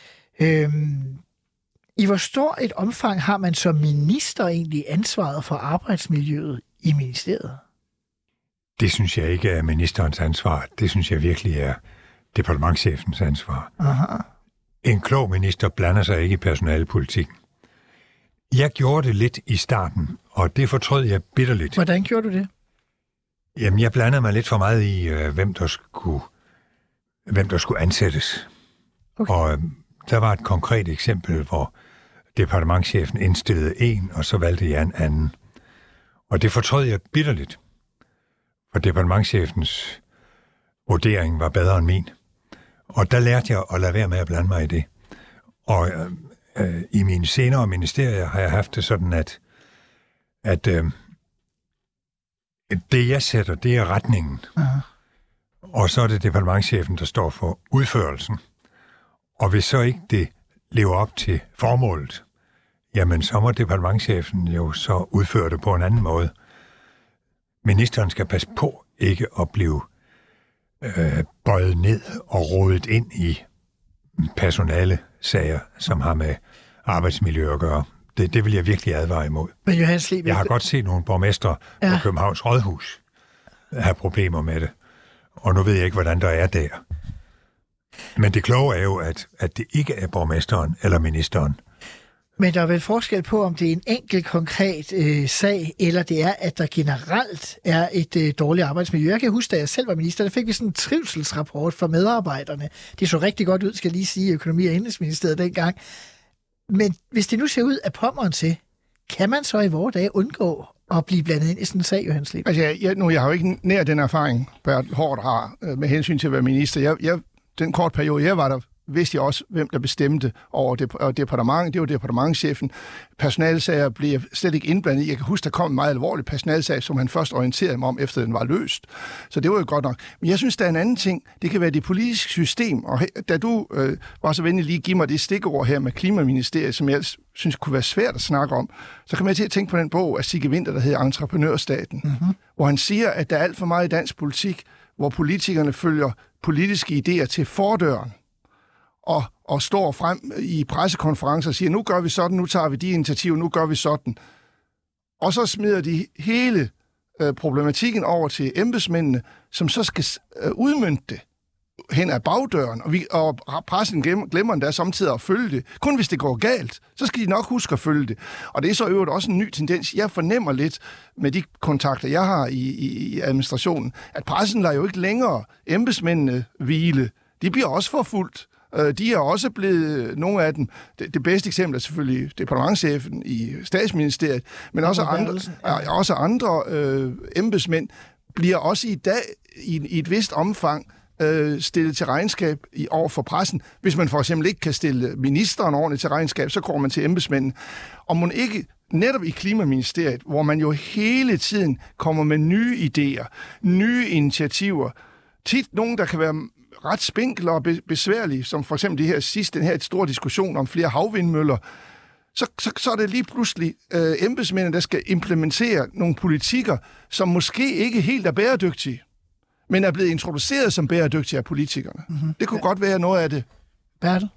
I hvor stort et omfang har man som minister egentlig ansvaret for arbejdsmiljøet i ministeriet? Det synes jeg ikke er ministerens ansvar. Det synes jeg virkelig er departementschefens ansvar. Aha. En klog minister blander sig ikke i personalepolitikken. Jeg gjorde det lidt i starten, og det fortrød jeg bitterligt. Hvordan gjorde du det? Jamen, jeg blandede mig lidt for meget i, hvem der skulle ansættes. Okay. Og der var et konkret eksempel, hvor departementschefen indstillede en, og så valgte jeg en anden. Og det fortrød jeg bitterligt, for departementschefens vurdering var bedre end min. Og der lærte jeg at lade være med at blande mig i det. Og i mine senere ministerier har jeg haft det sådan, at det jeg sætter, det er retningen. Uh-huh. Og så er det departementschefen, der står for udførelsen. Og hvis så ikke det lever op til formålet, jamen så må departementschefen jo så udføre det på en anden måde. Ministeren skal passe på ikke at blive bøjet ned og rodet ind i personale sager, som har med arbejdsmiljø at gøre. Det vil jeg virkelig advare imod. Men Johan Sleeb, jeg har godt set nogle borgmestre på Københavns Rådhus have problemer med det. Og nu ved jeg ikke, hvordan der er der. Men det kloge er jo, at det ikke er borgmesteren eller ministeren. Men der er vel forskel på, om det er en enkelt konkret sag, eller det er, at der generelt er et dårligt arbejdsmiljø. Jeg kan huske, da jeg selv var minister, der fik vi sådan en trivselsrapport for medarbejderne. Det så rigtig godt ud, skal jeg lige sige, Økonomi- og Indenrigsministeriet dengang. Men hvis det nu ser ud af Pommern til, kan man så i vore dage undgå at blive blandet ind i sådan en sag, Johan Sleeb? Altså, jeg har jo ikke nær den erfaring, Bertel Haarder har med hensyn til at være minister. Den korte periode, jeg var der, vidste jeg også, hvem der bestemte over departementet. Det var departementschefen. Personalsager blev slet ikke indblandet. Jeg kan huske, der kom en meget alvorlig personalsag, som han først orienterede mig om, efter den var løst. Så det var jo godt nok. Men jeg synes, der er en anden ting. Det kan være det politiske system. Og da du var så venlig lige at give mig det stikord her med Klimaministeriet, som jeg synes kunne være svært at snakke om, så kan man til at tænke på den bog af Sigge Winther, der hedder Entreprenørstaten, hvor han siger, at der er alt for meget i dansk politik, hvor politikerne følger politiske idéer til fordøren, og står frem i pressekonferencer og siger, nu gør vi sådan, nu tager vi de initiativer, nu gør vi sådan. Og så smider de hele problematikken over til embedsmændene, som så skal udmønte det hen ad bagdøren, og pressen glemmer endda samtidig at følge det. Kun hvis det går galt, så skal de nok huske at følge det. Og det er så øvrigt også en ny tendens. Jeg fornemmer lidt med de kontakter, jeg har i administrationen, at pressen lader jo ikke længere embedsmændene hvile. De bliver også forfulgt. De er også blevet, nogle af dem, det bedste eksempel er selvfølgelig departementschefen i Statsministeriet, men også andre embedsmænd bliver også i dag i et vist omfang stillet til regnskab over for pressen. Hvis man for eksempel ikke kan stille ministeren ordentligt til regnskab, så går man til embedsmænden. Og man ikke netop i Klimaministeriet, hvor man jo hele tiden kommer med nye idéer, nye initiativer, tit nogen, der kan være ret spinkle og besværlige, som for eksempel den her store diskussion om flere havvindmøller, så er det lige pludselig embedsmændene, der skal implementere nogle politikker, som måske ikke helt er bæredygtige, men er blevet introduceret som bæredygtige af politikerne. Mm-hmm. Det kunne godt være noget af det. Bertel?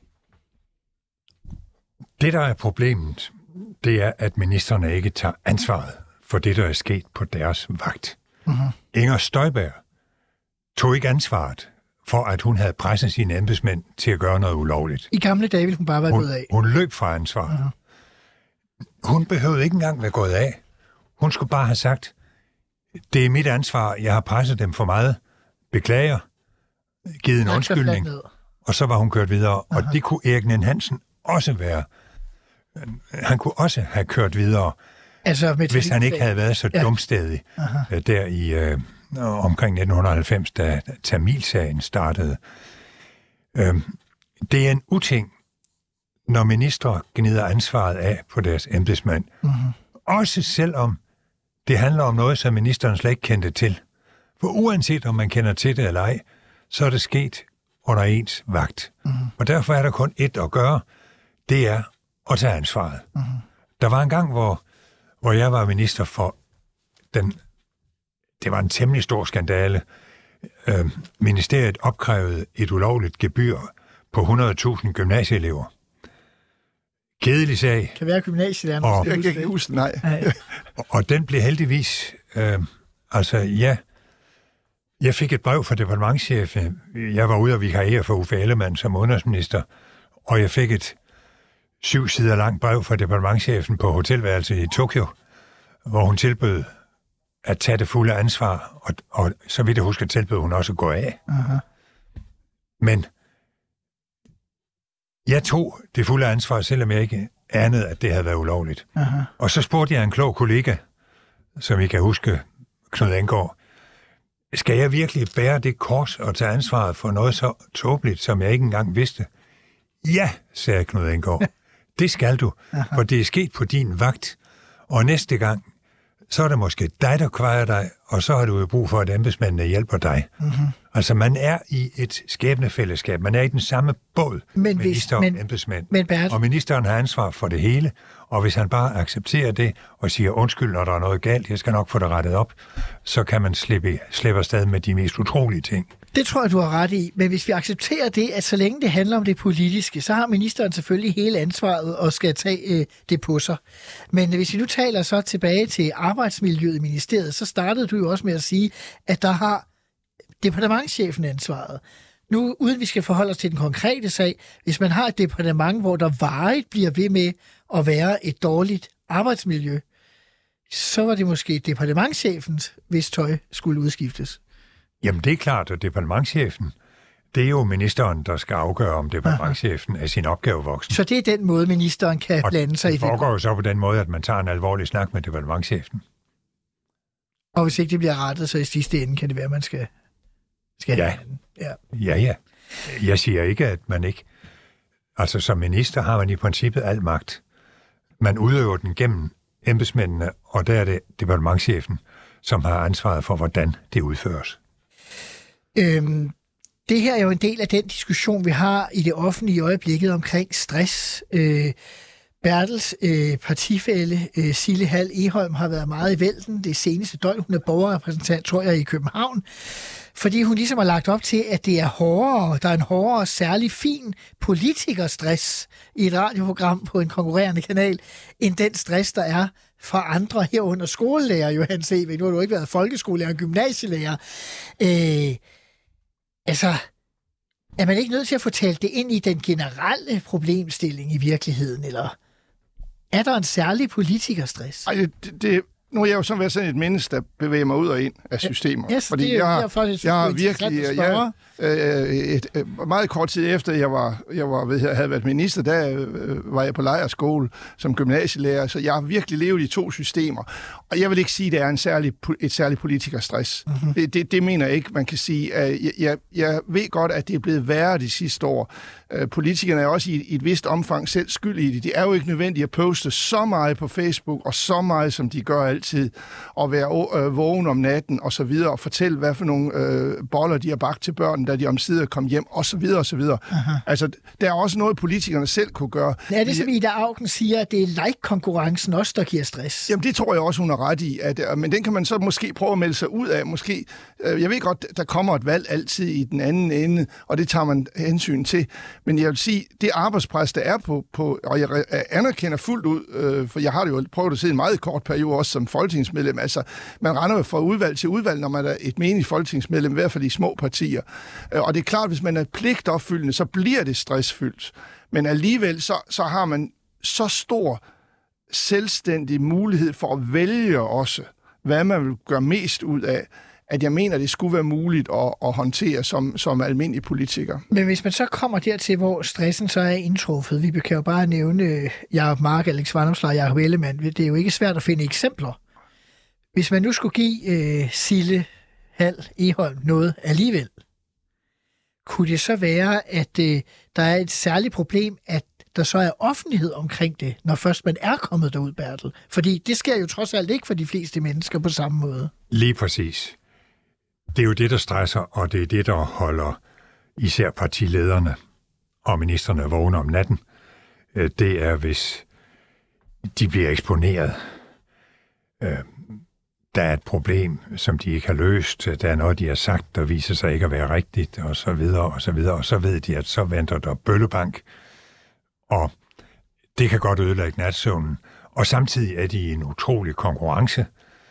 Det, der er problemet, det er, at ministerne ikke tager ansvaret for det, der er sket på deres vagt. Mm-hmm. Inger Støjberg tog ikke ansvaret for at hun havde presset sine embedsmænd til at gøre noget ulovligt. I gamle dage ville hun bare være gået af. Hun løb fra ansvar. Uh-huh. Hun behøvede ikke engang være gået af. Hun skulle bare have sagt, det er mit ansvar, jeg har presset dem for meget. Beklager. Givet en undskyldning. Og så var hun kørt videre. Uh-huh. Og det kunne Erik Ninn-Hansen også være. Han kunne også have kørt videre, altså hvis han ikke havde været så dumstædig der i omkring 1990, da Tamilsagen startede. Det er en uting, når ministre gnider ansvaret af på deres embedsmænd. Også selvom det handler om noget, som ministeren slet ikke kendte til. For uanset om man kender til det eller ej, så er det sket under ens vagt. Og derfor er der kun ét at gøre, det er at tage ansvaret. Der var en gang, hvor jeg var minister for det var en temmelig stor skandale. Ministeriet opkrævede et ulovligt gebyr på 100.000 gymnasieelever. Kedelig sag. Kan være gymnasielærerne. Jeg kan ikke huske, nej. Og den blev heldigvis... Jeg fik et brev fra departementschefen. Jeg var ude og vikariere for Uffe Ellemann som udenrigsminister, og jeg fik et 7 sider langt brev fra departementschefen på hotelværelset i Tokyo, hvor hun tilbød at tage det fulde ansvar, og så vidt jeg husker, tilbød hun også at gå af. Men jeg tog det fulde ansvar, selvom jeg ikke anede, at det havde været ulovligt. Og så spurgte jeg en klog kollega, som I kan huske, Knud Enggaard, skal jeg virkelig bære det kors og tage ansvaret for noget så tåbeligt, som jeg ikke engang vidste? Ja, sagde Knud Enggaard. Det skal du, for det er sket på din vagt. Og næste gang, så er det måske dig, der kvarer dig, og så har du jo brug for, at embedsmændene hjælper dig. Altså, man er i et skæbnefællesskab. Man er i den samme båd, minister og embedsmænd. Og ministeren har ansvar for det hele, og hvis han bare accepterer det og siger undskyld, når der er noget galt, jeg skal nok få det rettet op, så kan man slippe afsted med de mest utrolige ting. Det tror jeg, du har ret i. Men hvis vi accepterer det, at så længe det handler om det politiske, så har ministeren selvfølgelig hele ansvaret og skal tage det på sig. Men hvis vi nu taler så tilbage til arbejdsmiljøet i ministeriet, så startede du jo også med at sige, at der har departementschefen ansvaret. Nu, uden vi skal forholde os til den konkrete sag, hvis man har et departement, hvor der varigt bliver ved med at være et dårligt arbejdsmiljø, så var det måske departementschefens, hvis tøj skulle udskiftes. Jamen, det er klart, at departementschefen, det er jo ministeren, der skal afgøre, om departementschefen er sin opgave voksen. Så det er den måde, ministeren kan blande sig i det. Og det foregår jo så på den måde, at man tager en alvorlig snak med departementschefen. Og hvis ikke det bliver rettet, så i sidste ende kan det være, at man skal ja. Ja. Jeg siger ikke, at man ikke... Altså, som minister har man i princippet al magt. Man udøver den gennem embedsmændene, og der er det departementschefen, som har ansvaret for, hvordan det udføres. Det her er jo en del af den diskussion, vi har i det offentlige i øjeblikket omkring stress. Bertels partifælle Sille Hald Egholm har været meget i vælten det seneste døgn. Hun er borgerrepræsentant, tror jeg, i København. Fordi hun ligesom har lagt op til, at det er hårdere, der er en hårdere, særlig fin politikerstress i et radioprogram på en konkurrerende kanal, end den stress, der er fra andre herunder skolelærer, Johan Sevig. Nu har du ikke været folkeskolelærer og gymnasielærer. Er man ikke nødt til at få talt det ind i den generelle problemstilling i virkeligheden, eller er der en særlig politikerstress? Nu er jeg jo sådan et menneske, der bevæger mig ud og ind af systemer. Yes, fordi jeg har virkelig... meget kort tid efter, jeg havde været minister, der var jeg på lejrskole som gymnasielærer, så jeg har virkelig levet i 2 systemer. Og jeg vil ikke sige, at det er et særligt politikerstress. Det mener jeg ikke, man kan sige. Jeg ved godt, at det er blevet værre de sidste år. Politikerne er også i et vist omfang selv skyld i det. Det er jo ikke nødvendigt at poste så meget på Facebook, og så meget, som de gør altid, og være vågen om natten, og så videre, og fortælle, hvad for nogle boller de har bagt til børn, da de omsider kom hjem, og så videre, og så videre. Altså, der er også noget, politikerne selv kunne gøre. Er det, som Ida Auken siger, at det er like-konkurrencen også, der giver stress? Jamen, det tror jeg også, hun har ret i. Men den kan man så måske prøve at melde sig ud af. Måske, jeg ved godt, der kommer et valg altid i den anden ende, og det tager man hensyn til. Men jeg vil sige, det arbejdspres, der er på og jeg anerkender fuldt ud, for jeg har det jo prøvet at se en meget kort periode også som folketingsmedlem. Altså, man render jo fra udvalg til udvalg, når man er et menigt folketingsmedlem, i hvert fald i små partier. Og det er klart, hvis man er pligtopfyldende, så bliver det stressfyldt. Men alligevel, så har man så stor selvstændig mulighed for at vælge også, hvad man vil gøre mest ud af, at jeg mener, det skulle være muligt at håndtere som almindelig politiker. Men hvis man så kommer dertil, hvor stressen så er indtruffet, vi kan jo bare nævne Jacob Mark, Alex Vanopslagh og Jacob Ellemann, det er jo ikke svært at finde eksempler. Hvis man nu skulle give Sille Hald Egholm noget alligevel, kunne det så være, at der er et særligt problem, at der så er offentlighed omkring det, når først man er kommet derud, Bertel? Fordi det sker jo trods alt ikke for de fleste mennesker på samme måde. Lige præcis. Det er jo det, der stresser, og det er det, der holder især partilederne og ministerne vågne om natten. Det er, hvis de bliver eksponeret. Der er et problem, som de ikke har løst. Der er noget, de har sagt, der viser sig ikke at være rigtigt, og så videre, og så videre. Og så ved de, at så venter der bøllebank, og det kan godt ødelægge natsøvnen. Og samtidig er de i en utrolig konkurrence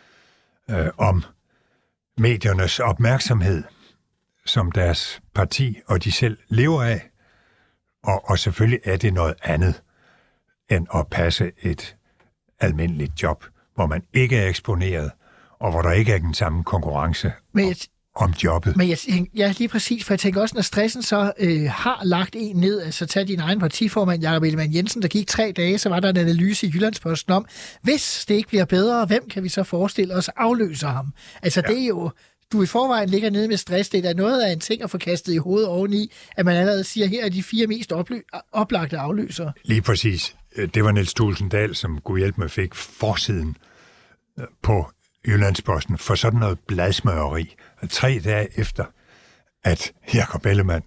om mediernes opmærksomhed, som deres parti og de selv lever af. Og selvfølgelig er det noget andet, end at passe et almindeligt job, hvor man ikke er eksponeret, og hvor der ikke er den samme konkurrence om jobbet. Men ja, lige præcis, for jeg tænker også, når stressen så har lagt en ned, altså tag din egen partiformand, Jakob Ellemann-Jensen, der gik 3 dage, så var der en analyse i Jyllandsposten om, hvis det ikke bliver bedre, hvem kan vi så forestille os afløser ham? Altså det er jo, du i forvejen ligger nede med stress, det er da noget af en ting at få kastet i hovedet oveni, at man allerede siger, her er de 4 mest oplagte afløsere. Lige præcis. Det var Niels Thulesen Dahl, som Gud hjælp mig fik forsiden på Jyllandsposten for sådan noget bladsmøreri. 3 dage efter, at Jakob Ellemann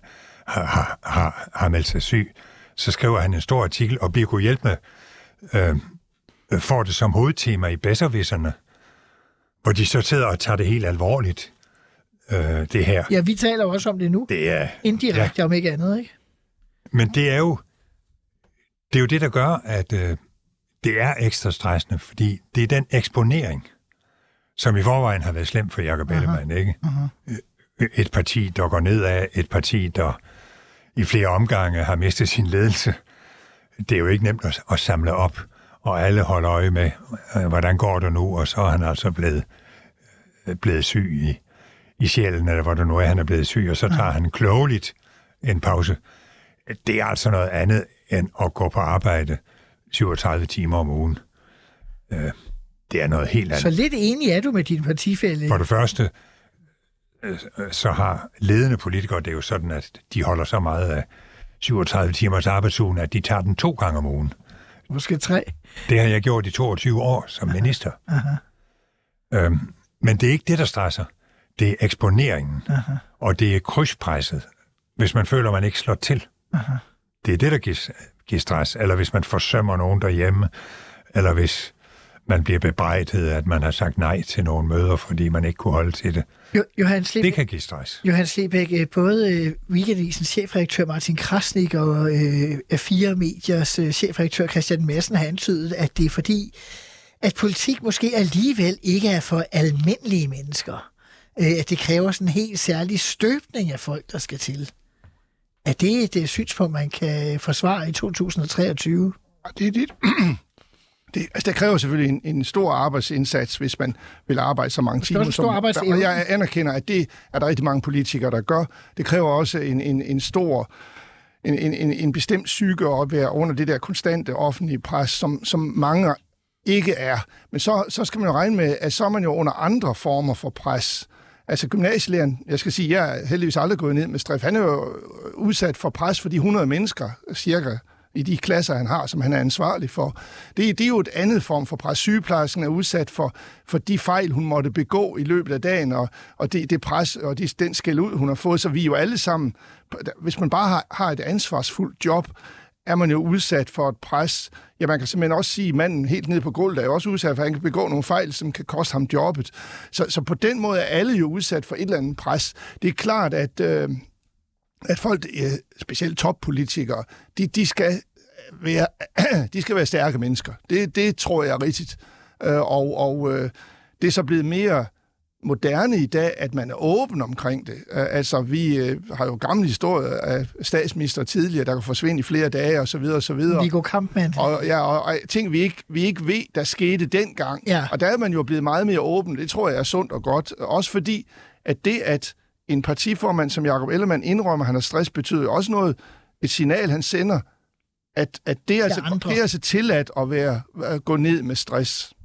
har meldt sig syg, så skriver han en stor artikel, og bliver Gud hjælp med får det som hovedtema i Besserwisserne, hvor de så sidder og tager det helt alvorligt, det her. Ja, vi taler også om det nu. Det er indirekte, om ikke andet, ikke? Men det er jo det, der gør, at det er ekstra stressende, fordi det er den eksponering, som i forvejen har været slemt for Jakob Ellemann, ikke? Et parti, der går nedad, et parti, der i flere omgange har mistet sin ledelse. Det er jo ikke nemt at samle op, og alle holder øje med, hvordan går det nu, og så er han altså blevet syg i sjælen, eller hvor det nu er, han er blevet syg, og så tager han klogeligt en pause. Det er altså noget andet, end at gå på arbejde 37 timer om ugen. Det er noget helt andet. Så lidt enig er du med din partifælle? For det første, så har ledende politikere, det er jo sådan, at de holder så meget af 37 timers arbejdsugen, at de tager den 2 gange om ugen. Måske 3. Det har jeg gjort i 22 år som minister. Men det er ikke det, der stresser. Det er eksponeringen. Og det er krydspresset, hvis man føler, man ikke slår til. Det er det, der giver stress. Eller hvis man forsømmer nogen derhjemme, eller hvis man bliver bebrejdet, at man har sagt nej til nogle møder, fordi man ikke kunne holde til det. Det kan give stress. Johan Slebæk, både Weekendavisens chefredaktør Martin Krasnik og A4 Mediers chefredaktør Christian Madsen har antydet, at det er fordi, at politik måske alligevel ikke er for almindelige mennesker. At det kræver sådan en helt særlig støbning af folk, der skal til. Er det et synspunkt, man kan forsvare i 2023? Det er det. Det kræver selvfølgelig en stor arbejdsindsats, hvis man vil arbejde så mange timer. Og jeg anerkender, at det er der rigtig mange politikere, der gør. Det kræver også en bestemt psyke at være under det der konstante offentlige pres, som mange ikke er. Men så skal man jo regne med, at så er man jo under andre former for pres. Altså gymnasielæreren, jeg skal sige, jeg er heldigvis aldrig gået ned med stress. Han er jo udsat for pres for de 100 mennesker, cirka, i de klasser, han har, som han er ansvarlig for. Det er jo et andet form for pres. Sygeplejersken er udsat for de fejl, hun måtte begå i løbet af dagen, og det pres, og den skæld ud, hun har fået. Så vi er jo alle sammen, hvis man bare har et ansvarsfuldt job, er man jo udsat for et pres. Ja, man kan simpelthen også sige, at manden helt nede på gulvet er jo også udsat for, at han kan begå nogle fejl, som kan koste ham jobbet. Så på den måde er alle jo udsat for et eller andet pres. Det er klart, at folk, specielt toppolitikere, de skal være stærke mennesker. Det tror jeg er rigtigt. det er så blevet mere moderne i dag, at man er åben omkring det. Altså, vi har jo gamle historier af statsminister tidligere, der kan forsvinde i flere dage, og så videre, og så videre. Viggo Kampmann. Og ting, vi ikke ved, der skete dengang. Ja. Og der er man jo blevet meget mere åben. Det tror jeg er sundt og godt. Også fordi, at en partiformand som Jakob Ellemann indrømmer, at han har stress, betyder også noget, et signal, han sender, at det er altså tilladt at gå ned med stress.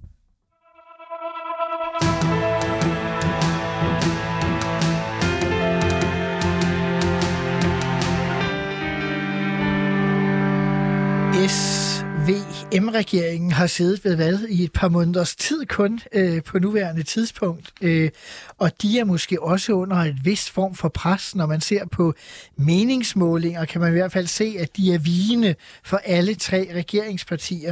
SVM-regeringen har siddet ved valg i et par måneders tid kun på nuværende tidspunkt, og de er måske også under et vist form for pres. Når man ser på meningsmålinger, kan man i hvert fald se, at de er vigende for alle tre regeringspartier.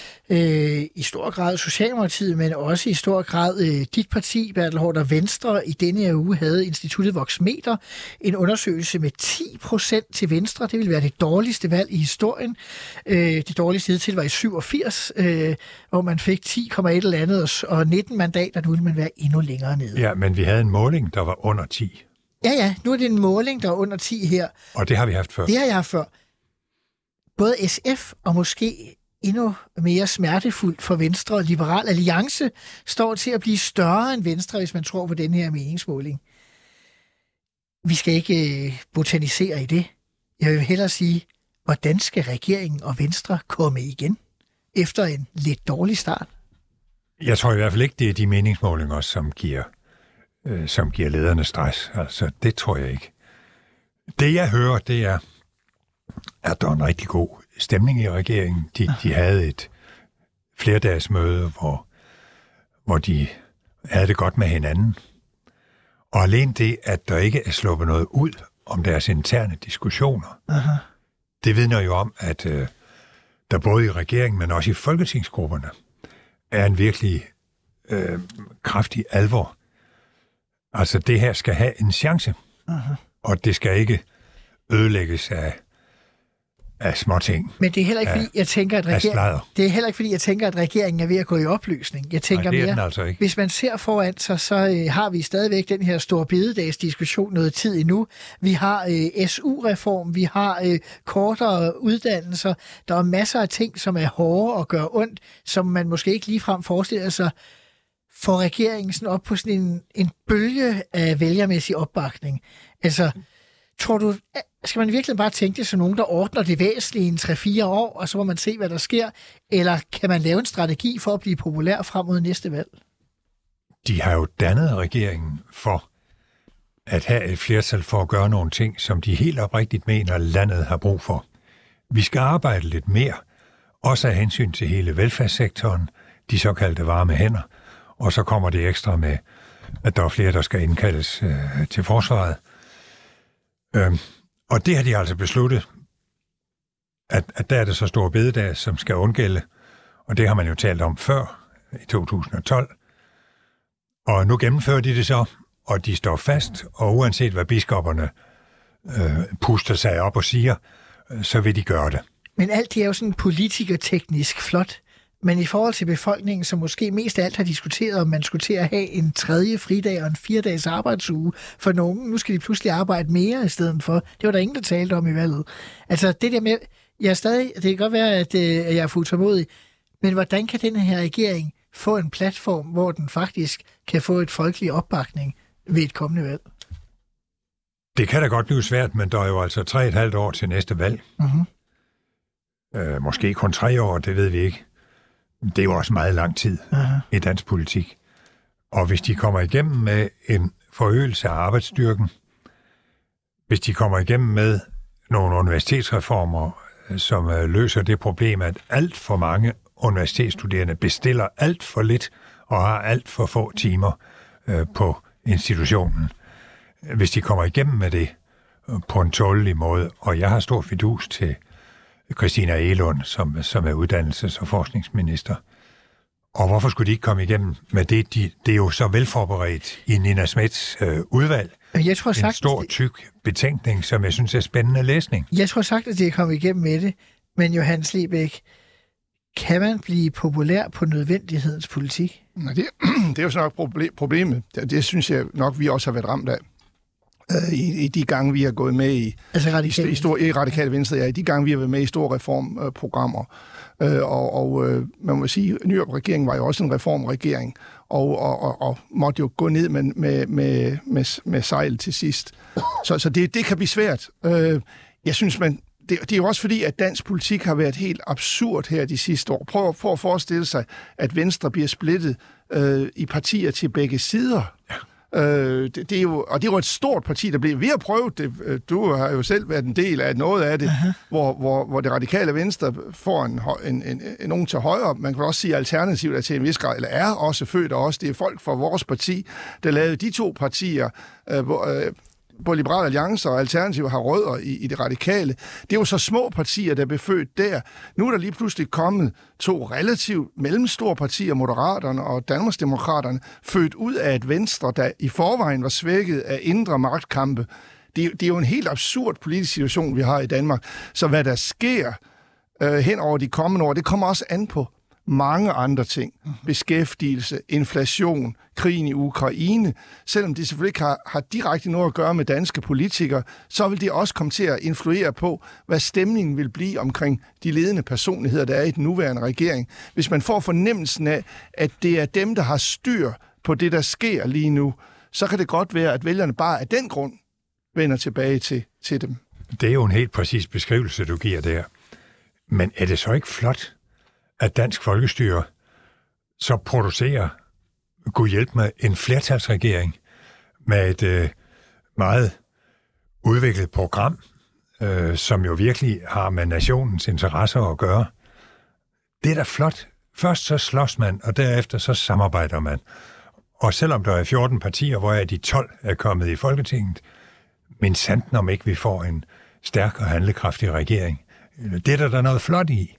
I stor grad Socialdemokratiet, men også i stor grad dit parti, Bertel Haarder, Venstre. I denne her uge havde Instituttet Voxmeter en undersøgelse med 10% til Venstre. Det ville være det dårligste valg i historien. Det dårligste hidtil var i 87, hvor man fik 10,1 eller andet, og 19 mandater. Nu ville man være endnu længere nede. Ja, men vi havde en måling, der var under 10. Ja, nu er det en måling, der er under 10 her. Og det har vi haft før. Det har jeg haft før. Både SF og måske endnu mere smertefuldt for Venstre og Liberal Alliance står til at blive større end Venstre, hvis man tror på den her meningsmåling. Vi skal ikke botanisere i det. Jeg vil hellere sige, hvordan skal regeringen og Venstre komme igen efter en lidt dårlig start? Jeg tror i hvert fald ikke, det er de meningsmålinger, som giver lederne stress. Altså, det tror jeg ikke. Det jeg hører, det er, at der er en rigtig god stemning i regeringen. De havde et flerdagsmøde, hvor de havde det godt med hinanden. Og alene det, at der ikke er sluppet noget ud om deres interne diskussioner, det vidner jo om, at der både i regeringen, men også i folketingsgrupperne, er en virkelig kraftig alvor. Altså, det her skal have en chance, og det skal ikke ødelægges af småting. Men det er heller ikke, fordi jeg tænker, at regeringen er ved at gå i opløsning. Jeg tænker mere, altså hvis man ser foran sig, så har vi stadigvæk den her store bededagsdiskussion noget tid endnu. Vi har SU-reform, vi har kortere uddannelser. Der er masser af ting, som er hårde og gør ondt, som man måske ikke ligefrem forestiller sig, får regeringen sådan op på sådan en bølge af vælgermæssig opbakning. Altså, tror du, skal man virkelig bare tænke det som nogen, der ordner det væsentlige i 3-4 år, og så må man se, hvad der sker? Eller kan man lave en strategi for at blive populær frem mod næste valg? De har jo dannet regeringen for at have et flertal for at gøre nogle ting, som de helt oprigtigt mener, landet har brug for. Vi skal arbejde lidt mere, også af hensyn til hele velfærdssektoren, de såkaldte varme hænder, og så kommer det ekstra med, at der er flere, der skal indkaldes til forsvaret. Og det har de altså besluttet, at der er det så store bededag, som skal undgælde, og det har man jo talt om før, i 2012. Og nu gennemfører de det så, og de står fast, og uanset hvad biskopperne puster sig op og siger, så vil de gøre det. Men alt det er jo sådan politikerteknisk flot. Men i forhold til befolkningen, som måske mest af alt har diskuteret, om man skulle til at have en 3. fridag og en 4-dages arbejdsuge for nogen. Nu skal de pludselig arbejde mere i stedet for. Det var der ingen, der talte om i valget. Altså det der med, det kan godt være, at jeg er fuldt tålmodig, men hvordan kan den her regering få en platform, hvor den faktisk kan få et folkelig opbakning ved et kommende valg? Det kan da godt blive svært, men der er jo altså 3,5 år til næste valg. Måske kun 3 år, det ved vi ikke. Det er jo også meget lang tid i dansk politik. Og hvis de kommer igennem med en forøgelse af arbejdsstyrken, hvis de kommer igennem med nogle universitetsreformer, som løser det problem, at alt for mange universitetsstuderende bestiller alt for lidt og har alt for få timer på institutionen. Hvis de kommer igennem med det på en tålelig måde, og jeg har stor fidus til Christina Egelund, som er uddannelses- og forskningsminister. Og hvorfor skulle de ikke komme igennem med det? Det er jo så velforberedt i Nina Smiths udvalg. Jeg tror en stor, tyk betænkning, som jeg synes er spændende læsning. Jeg tror sagt, at de er kommet igennem med det, men Johannes Lebæk, Kan man blive populær på nødvendighedens politik? Nej, det er jo så nok problemet. Det synes jeg nok, vi også har været ramt af. I de gange, vi har gået med i Radikale Venstre, ja, i de gange, vi har været med i store reformprogrammer. Man må sige, at Nyrup-regeringen var jo også en reformregering, og måtte jo gå ned med sejl til sidst. Så det kan blive svært. Jeg synes, det er jo også fordi, at dansk politik har været helt absurd her de sidste år. Prøv at forestille sig, at Venstre bliver splittet i partier til begge sider. Ja. Det er jo et stort parti, der bliver. Vi har prøvet det. Du har jo selv været en del af noget af det, hvor det radikale Venstre får nogen til højre. Man kan også sige, at Alternativet er til en vis grad, eller er også født af os. Det er folk fra vores parti, der lavede de to partier, hvor Liberal Alliance og Alternativ har rødder i det radikale. Det er jo så små partier, der blev født der. Nu er der lige pludselig kommet to relativt mellemstore partier, Moderaterne og Danmarksdemokraterne, født ud af et Venstre, der i forvejen var svækket af indre magtkampe. Det er jo en helt absurd politisk situation, vi har i Danmark. Så hvad der sker hen over de kommende år, det kommer også an på mange andre ting. Beskæftigelse, inflation, krigen i Ukraine. Selvom det selvfølgelig ikke har direkte noget at gøre med danske politikere, så vil det også komme til at influere på, hvad stemningen vil blive omkring de ledende personligheder, der er i den nuværende regering. Hvis man får fornemmelsen af, at det er dem, der har styr på det, der sker lige nu, så kan det godt være, at vælgerne bare af den grund vender tilbage til dem. Det er jo en helt præcis beskrivelse, du giver der. Men er det så ikke flot, at dansk folkestyre så producerer, Gud hjælp med, en flertalsregering med et meget udviklet program, som jo virkelig har med nationens interesser at gøre. Det er da flot. Først så slås man, og derefter så samarbejder man. Og selvom der er 14 partier, hvor de 12 er kommet i Folketinget, men sandt om ikke vi får en stærk og handlekraftig regering. Det er der noget flot i.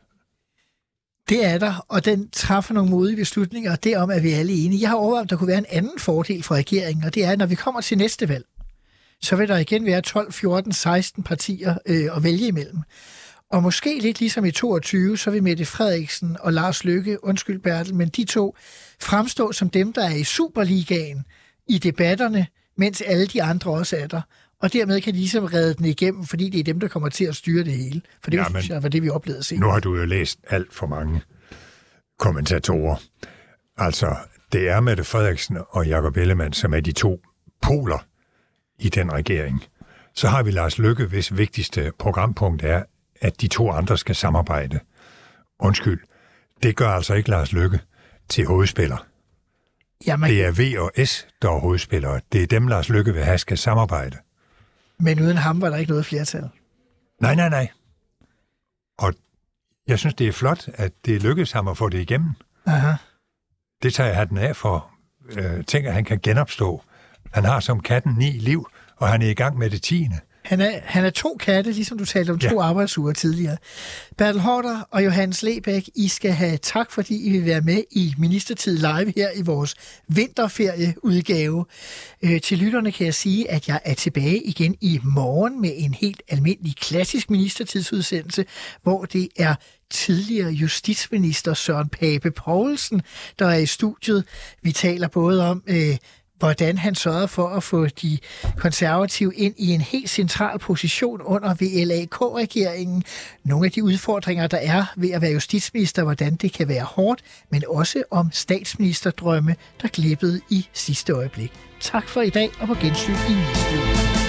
Det er der, og den træffer nogle modige beslutninger, og derom er vi alle enige. Jeg har overvejet, at der kunne være en anden fordel for regeringen, og det er, at når vi kommer til næste valg, så vil der igen være 12, 14, 16 partier at vælge imellem. Og måske lidt ligesom i 22, så vil Mette Frederiksen og Lars Løkke, undskyld Bertel, men de to fremstå som dem, der er i Superligaen i debatterne, mens alle de andre også er der. Og dermed kan de ligesom redde den igennem, fordi det er dem, der kommer til at styre det hele. For det synes jeg var det, vi oplevede at se. Nu har du jo læst alt for mange kommentatorer. Altså, det er Mette Frederiksen og Jakob Ellemann, som er de to poler i den regering. Så har vi Lars Løkke, hvis vigtigste programpunkt er, at de to andre skal samarbejde. Undskyld, det gør altså ikke Lars Løkke til hovedspiller. Jamen, det er V og S, der er hovedspillere. Det er dem, Lars Løkke vil have, skal samarbejde. Men uden ham var der ikke noget flertal. Nej. Og jeg synes, det er flot, at det lykkedes ham at få det igennem. Aha. Det tager jeg hatten af for. Tænker, at han kan genopstå. Han har som katten 9 liv, og han er i gang med det 10. Han er 2 katte, ligesom du talte om 2 arbejdsuger tidligere. Bertel Haarder og Johannes Lebæk, I skal have tak, fordi I vil være med i Ministertid Live her i vores vinterferieudgave. Til lytterne kan jeg sige, at jeg er tilbage igen i morgen med en helt almindelig klassisk ministertidsudsendelse, hvor det er tidligere justitsminister Søren Pape Poulsen, der er i studiet. Vi taler både om hvordan han sørgede for at få de konservative ind i en helt central position under VLAK-regeringen. Nogle af de udfordringer, der er ved at være justitsminister, hvordan det kan være hårdt, men også om statsministerdrømme, der glippede i sidste øjeblik. Tak for i dag, og på gensyn i næste uge.